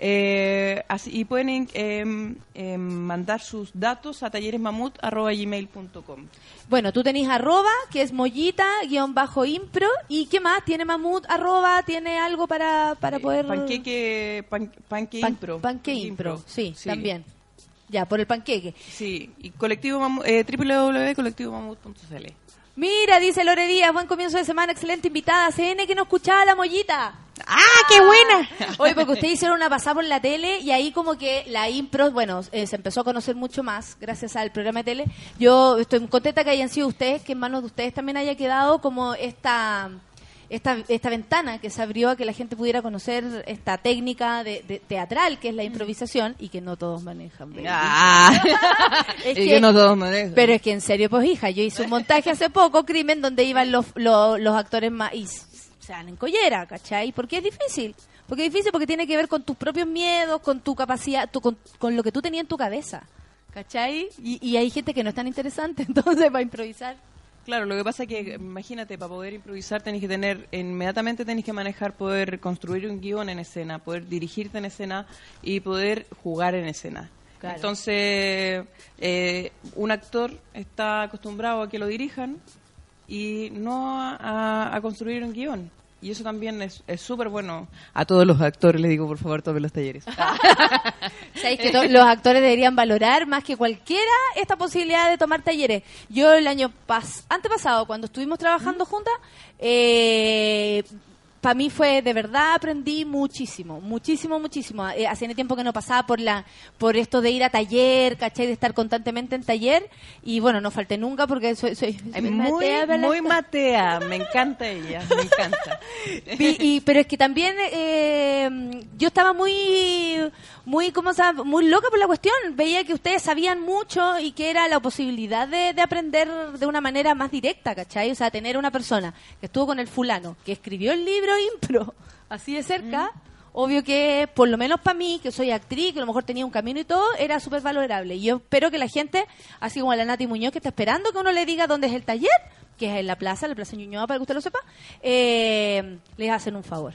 Eh, así, y pueden eh, eh, mandar sus datos a talleresmamut arroba gmail punto com. Bueno, tú tenés arroba, que es mollita, guión bajo impro. ¿Y qué más? ¿Tiene mamut, arroba? ¿Tiene algo para, para poder...? Panqueque, pan, panque Pan- impro. Panque impro, sí, también. Ya, por el panqueque. Sí, y colectivo Mamu- eh, w w w punto colectivo mamut punto c l. Mira, dice Lore Díaz, buen comienzo de semana, excelente invitada. C N que no escuchaba la mollita. ¡Ah, qué buena! Oye, porque ustedes hicieron una pasada por la tele y ahí como que la impro, bueno, eh, se empezó a conocer mucho más gracias al programa de tele. Yo estoy muy contenta que hayan sido ustedes, que en manos de ustedes también haya quedado como esta... Esta, esta ventana que se abrió a que la gente pudiera conocer esta técnica de, de teatral que es la improvisación y que no todos manejan. baby. Ah. Es Y que- que no todos me dejan. Pero es que en serio, pues hija, yo hice un montaje hace poco, Crimen, donde iban los, los, los actores más y s- se dan en collera, ¿cachai? Porque es difícil. Porque es difícil porque tiene que ver con tus propios miedos, con tu capacidad, tu- con, con lo que tú tenías en tu cabeza, ¿cachai? Y, y hay gente que no es tan interesante, entonces va a improvisar. Claro, lo que pasa es que, imagínate, para poder improvisar tenés que tener, inmediatamente tenés que manejar, poder construir un guión en escena, poder dirigirte en escena y poder jugar en escena. Claro. Entonces, eh, un actor está acostumbrado a que lo dirijan y no a, a construir un guión. Y eso también es es súper bueno. A todos los actores les digo, por favor, tomen los talleres. ¿Sabéis que to- los actores deberían valorar más que cualquiera esta posibilidad de tomar talleres? Yo el año pas antepasado, cuando estuvimos trabajando juntas, eh, para mí fue de verdad, aprendí muchísimo, muchísimo, muchísimo. Eh, hacía tiempo que no pasaba por la por esto de ir a taller, ¿cachai? De estar constantemente en taller. Y bueno, no falté nunca porque soy... soy, soy Es muy, matea, ¿verdad? muy matea, me encanta ella, me encanta. Y, y- pero es que también eh, yo estaba muy, muy, ¿cómo se llama? Muy loca por la cuestión. Veía que ustedes sabían mucho y que era la posibilidad de, de aprender de una manera más directa, ¿cachai? O sea, tener una persona que estuvo con el fulano, que escribió el libro impro, así de cerca, obvio que, por lo menos para mí, que soy actriz, que a lo mejor tenía un camino y todo, era súper valorable. Y yo espero que la gente, así como la Nati Muñoz, que está esperando que uno le diga dónde es el taller, que es en la plaza, la Plaza Ñuñoa, para que usted lo sepa, eh, les hacen un favor.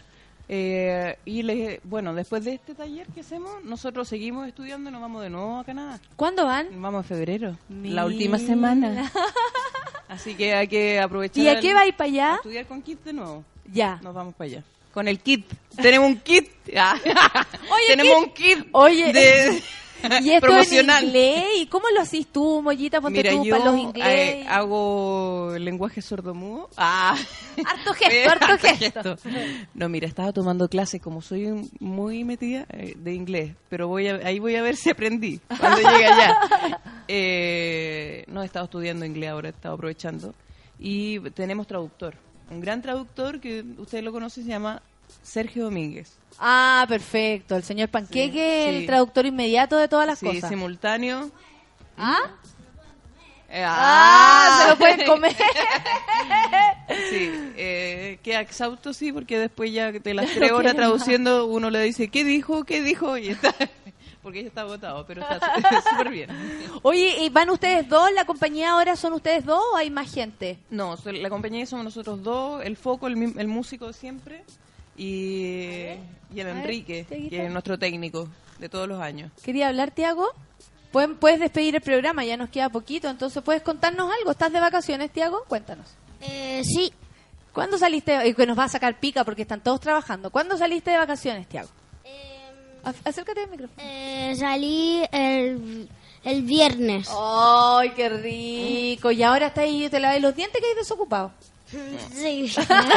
Eh, y le, bueno, después de este taller que hacemos, nosotros seguimos estudiando y nos vamos de nuevo a Canadá. ¿Cuándo van? Nos vamos en febrero, Mira. la última semana. Así que hay que aprovechar. ¿Y a qué vais para allá? A estudiar con kit de nuevo. Ya. Nos vamos para allá. Con el kit. Tenemos un kit. Ah. Oye, Tenemos kit. un kit Oye, de y esto promocional. en inglés. ¿Y cómo lo hacís tú, Mollita? Ponte Mira, tú yo para los inglés. eh, hago lenguaje sordomudo. Ah. Harto gesto, harto Harto gesto. No, mira, estaba tomando clases, como soy muy metida eh, de inglés, pero voy a, ahí voy a ver si aprendí cuando llegue allá. Eh, no, he estado estudiando inglés ahora, he estado aprovechando. Y tenemos traductor, un gran traductor que usted lo conoce, se llama Sergio Domínguez. Ah, perfecto. El señor Panqueque, Sí, el sí. traductor inmediato de todas las Sí, cosas. simultáneo. ¿Ah? Eh, Ah, se lo pueden comer. Sí, eh, queda exhausto, sí, porque después ya de las tres horas traduciendo uno le dice, ¿qué dijo? ¿Qué dijo? Y está, porque ya está agotado, pero está súper bien. Oye, ¿y van ustedes dos? ¿La compañía ahora son ustedes dos o hay más gente? No, so- la compañía somos nosotros dos, el foco, el, mi- el músico de siempre, y, y el A ver, Enrique, Tiaguito. que es nuestro técnico de todos los años. ¿Quería hablar, Tiago? Pueden- Puedes despedir el programa, ya nos queda poquito, entonces puedes contarnos algo. ¿Estás de vacaciones, Tiago? Cuéntanos. Eh, sí. ¿Cuándo saliste? Y que nos va a sacar pica porque están todos trabajando. ¿Cuándo saliste de vacaciones, Tiago? Af- Acércate al micrófono. Eh, salí el, el viernes. ¡Ay, qué rico! Y ahora está ahí, te lavé los dientes que hay desocupado. Sí.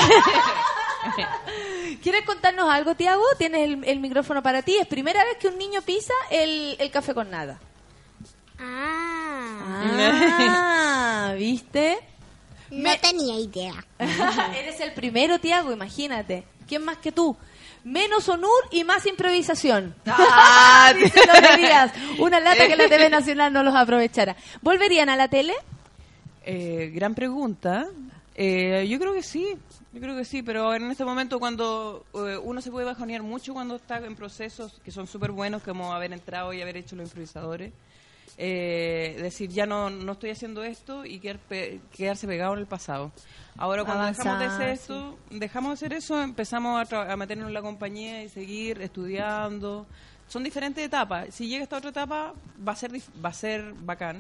¿Quieres contarnos algo, Tiago? Tienes el, el micrófono para ti. Es primera vez que un niño pisa el, el café con nada. Ah. Ah, ¿viste? No tenía idea. Eres el primero, Tiago, imagínate. ¿Quién más que tú? Menos onur y más improvisación. Ah, dice los días. Una lata que la T V Nacional no los aprovechara. ¿Volverían a la tele? Eh, gran pregunta. Eh, yo creo que sí, yo creo que sí, pero en este momento cuando eh, uno se puede bajonear mucho cuando está en procesos que son súper buenos, como haber entrado y haber hecho los improvisadores, eh, decir ya no no estoy haciendo esto y quedar pe- quedarse pegado en el pasado. Ahora cuando dejamos de hacer Avanzar, esto, dejamos de hacer eso, empezamos a, tra- a meternos en la compañía y seguir estudiando. Son diferentes etapas. Si llega esta otra etapa va a ser dif- va a ser bacán.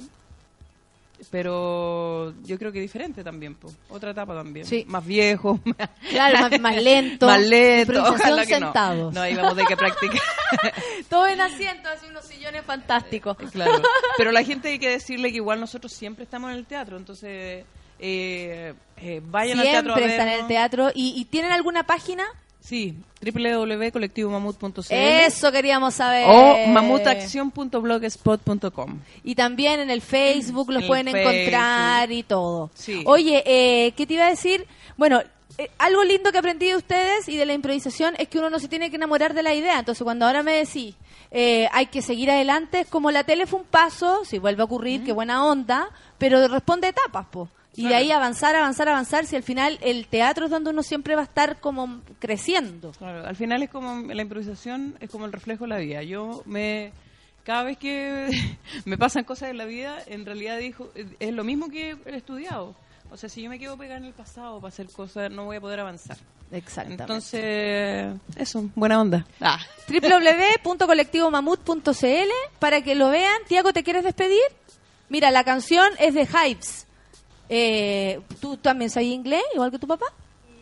Pero yo creo que diferente también, po. Otra etapa también. Sí. Más viejo. Claro, más, más lento. Más lento. Improvisación Ojalá que no. sentados. No, ahí vamos de que practicar. Todo en asiento, así unos sillones fantásticos. Claro. Pero la gente hay que decirle que igual nosotros siempre estamos en el teatro, entonces eh, eh, vayan al teatro a Siempre están en vernos. el teatro. ¿Y, y tienen alguna página? Sí, doble u doble u doble u punto colectivo mamut punto c l Eso queríamos saber. o mamutacción punto blogspot punto com. Y también en el Facebook los En el pueden encontrar Facebook. y todo. Sí. Oye, eh, ¿qué te iba a decir? Bueno, eh, algo lindo que aprendí de ustedes y de la improvisación es que uno no se tiene que enamorar de la idea. Entonces, cuando ahora me decís, eh, hay que seguir adelante, es como la tele fue un paso, si vuelve a ocurrir, qué buena onda, pero responde a etapas, po. Y de Claro. ahí avanzar, avanzar, avanzar, si al final el teatro es donde uno siempre va a estar como creciendo. Claro, al final es como la improvisación es como el reflejo de la vida. Yo me cada vez que me pasan cosas en la vida, en realidad dijo es lo mismo que he estudiado. O sea, si yo me quedo pegada en el pasado para hacer cosas, no voy a poder avanzar. Exactamente. Entonces, eso, buena onda. Ah. doble u doble u doble u punto colectivo mamut punto c l para que lo vean. Tiago, ¿te quieres despedir? Mira, la canción es de Hypes. Eh, ¿Tú también sabes inglés, igual que tu papá?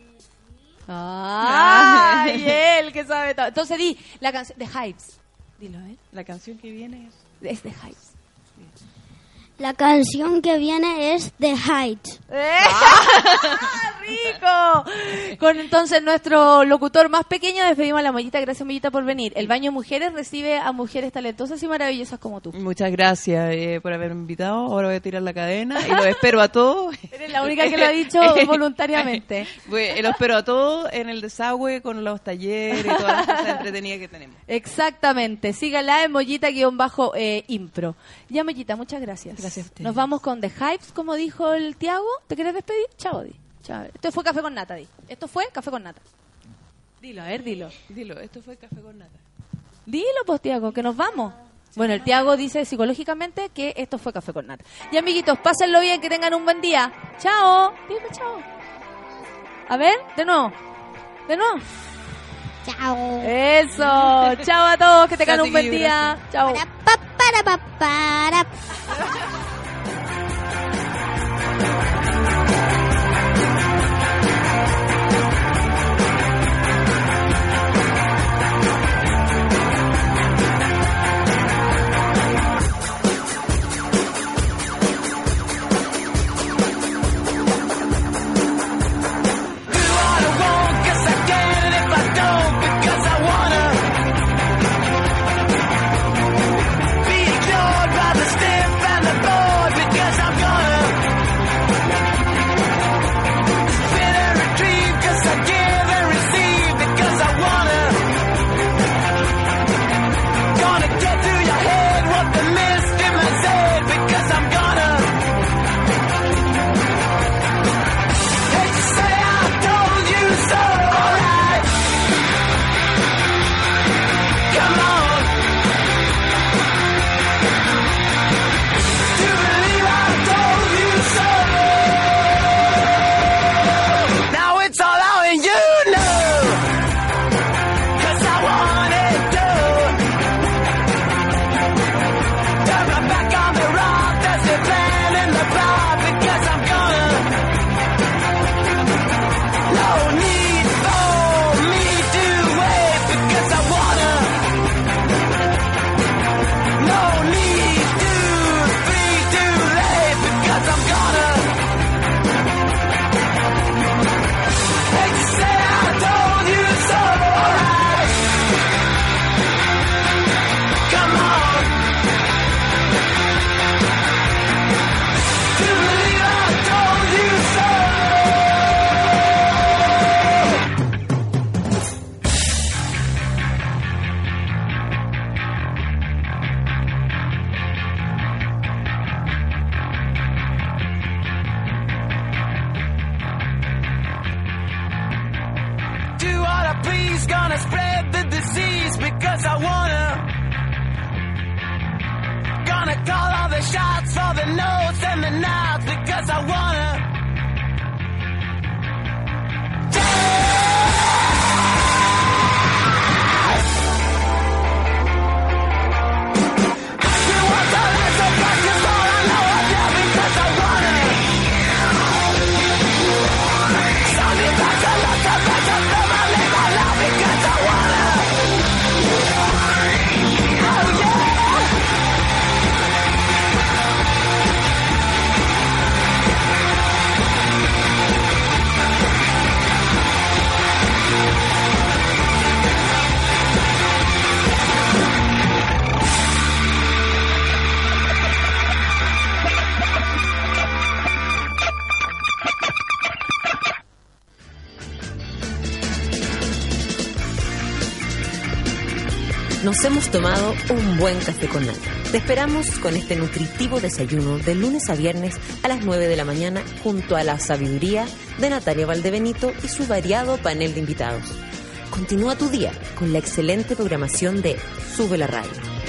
¡Ay, él que sabe todo! Entonces di la canción de Hypes. Dilo, ¿eh? La canción que viene es... Es de Hypes. La canción que viene es The Heights. ¡Rico! Con entonces nuestro locutor más pequeño despedimos a la Mollita. Gracias, Mollita, por venir. El Baño Mujeres recibe a mujeres talentosas y maravillosas como tú. Muchas gracias eh, por haberme invitado. Ahora voy a tirar la cadena y los espero a todos. Eres la única que lo ha dicho voluntariamente. Voy- los espero a todos en el desagüe con los talleres y todas las cosas entretenidas que tenemos. Exactamente. Sígala en Mollita-impro. Ya, Mollita, muchas gracias. Gracias a ustedes. Nos vamos con The Hypes, como dijo el Tiago. ¿Te quieres despedir? Chao, Di. Chao. Esto fue Café con Nata, Di. Esto fue Café con Nata. Dilo, a ver, dilo. Dilo, esto fue Café con Nata. Dilo, pues, Tiago, que nos vamos. Bueno, el Tiago dice psicológicamente que esto fue Café con Nata. Y, amiguitos, pásenlo bien, que tengan un buen día. Chao. Dime chao. A ver, de nuevo. De nuevo. Chao. Eso. Chao a todos. Que tengan Chao, un buen chiquillos, día. Chao. Para, pa, para, pa, para. Gonna spread the disease because I wanna. Gonna call all the shots for the notes and the nods because I wanna. Nos hemos tomado un buen café con nata. Te esperamos con este nutritivo desayuno de lunes a viernes a las nueve de la mañana junto a la sabiduría de Natalia Valdebenito y su variado panel de invitados. Continúa tu día con la excelente programación de Sube la Radio.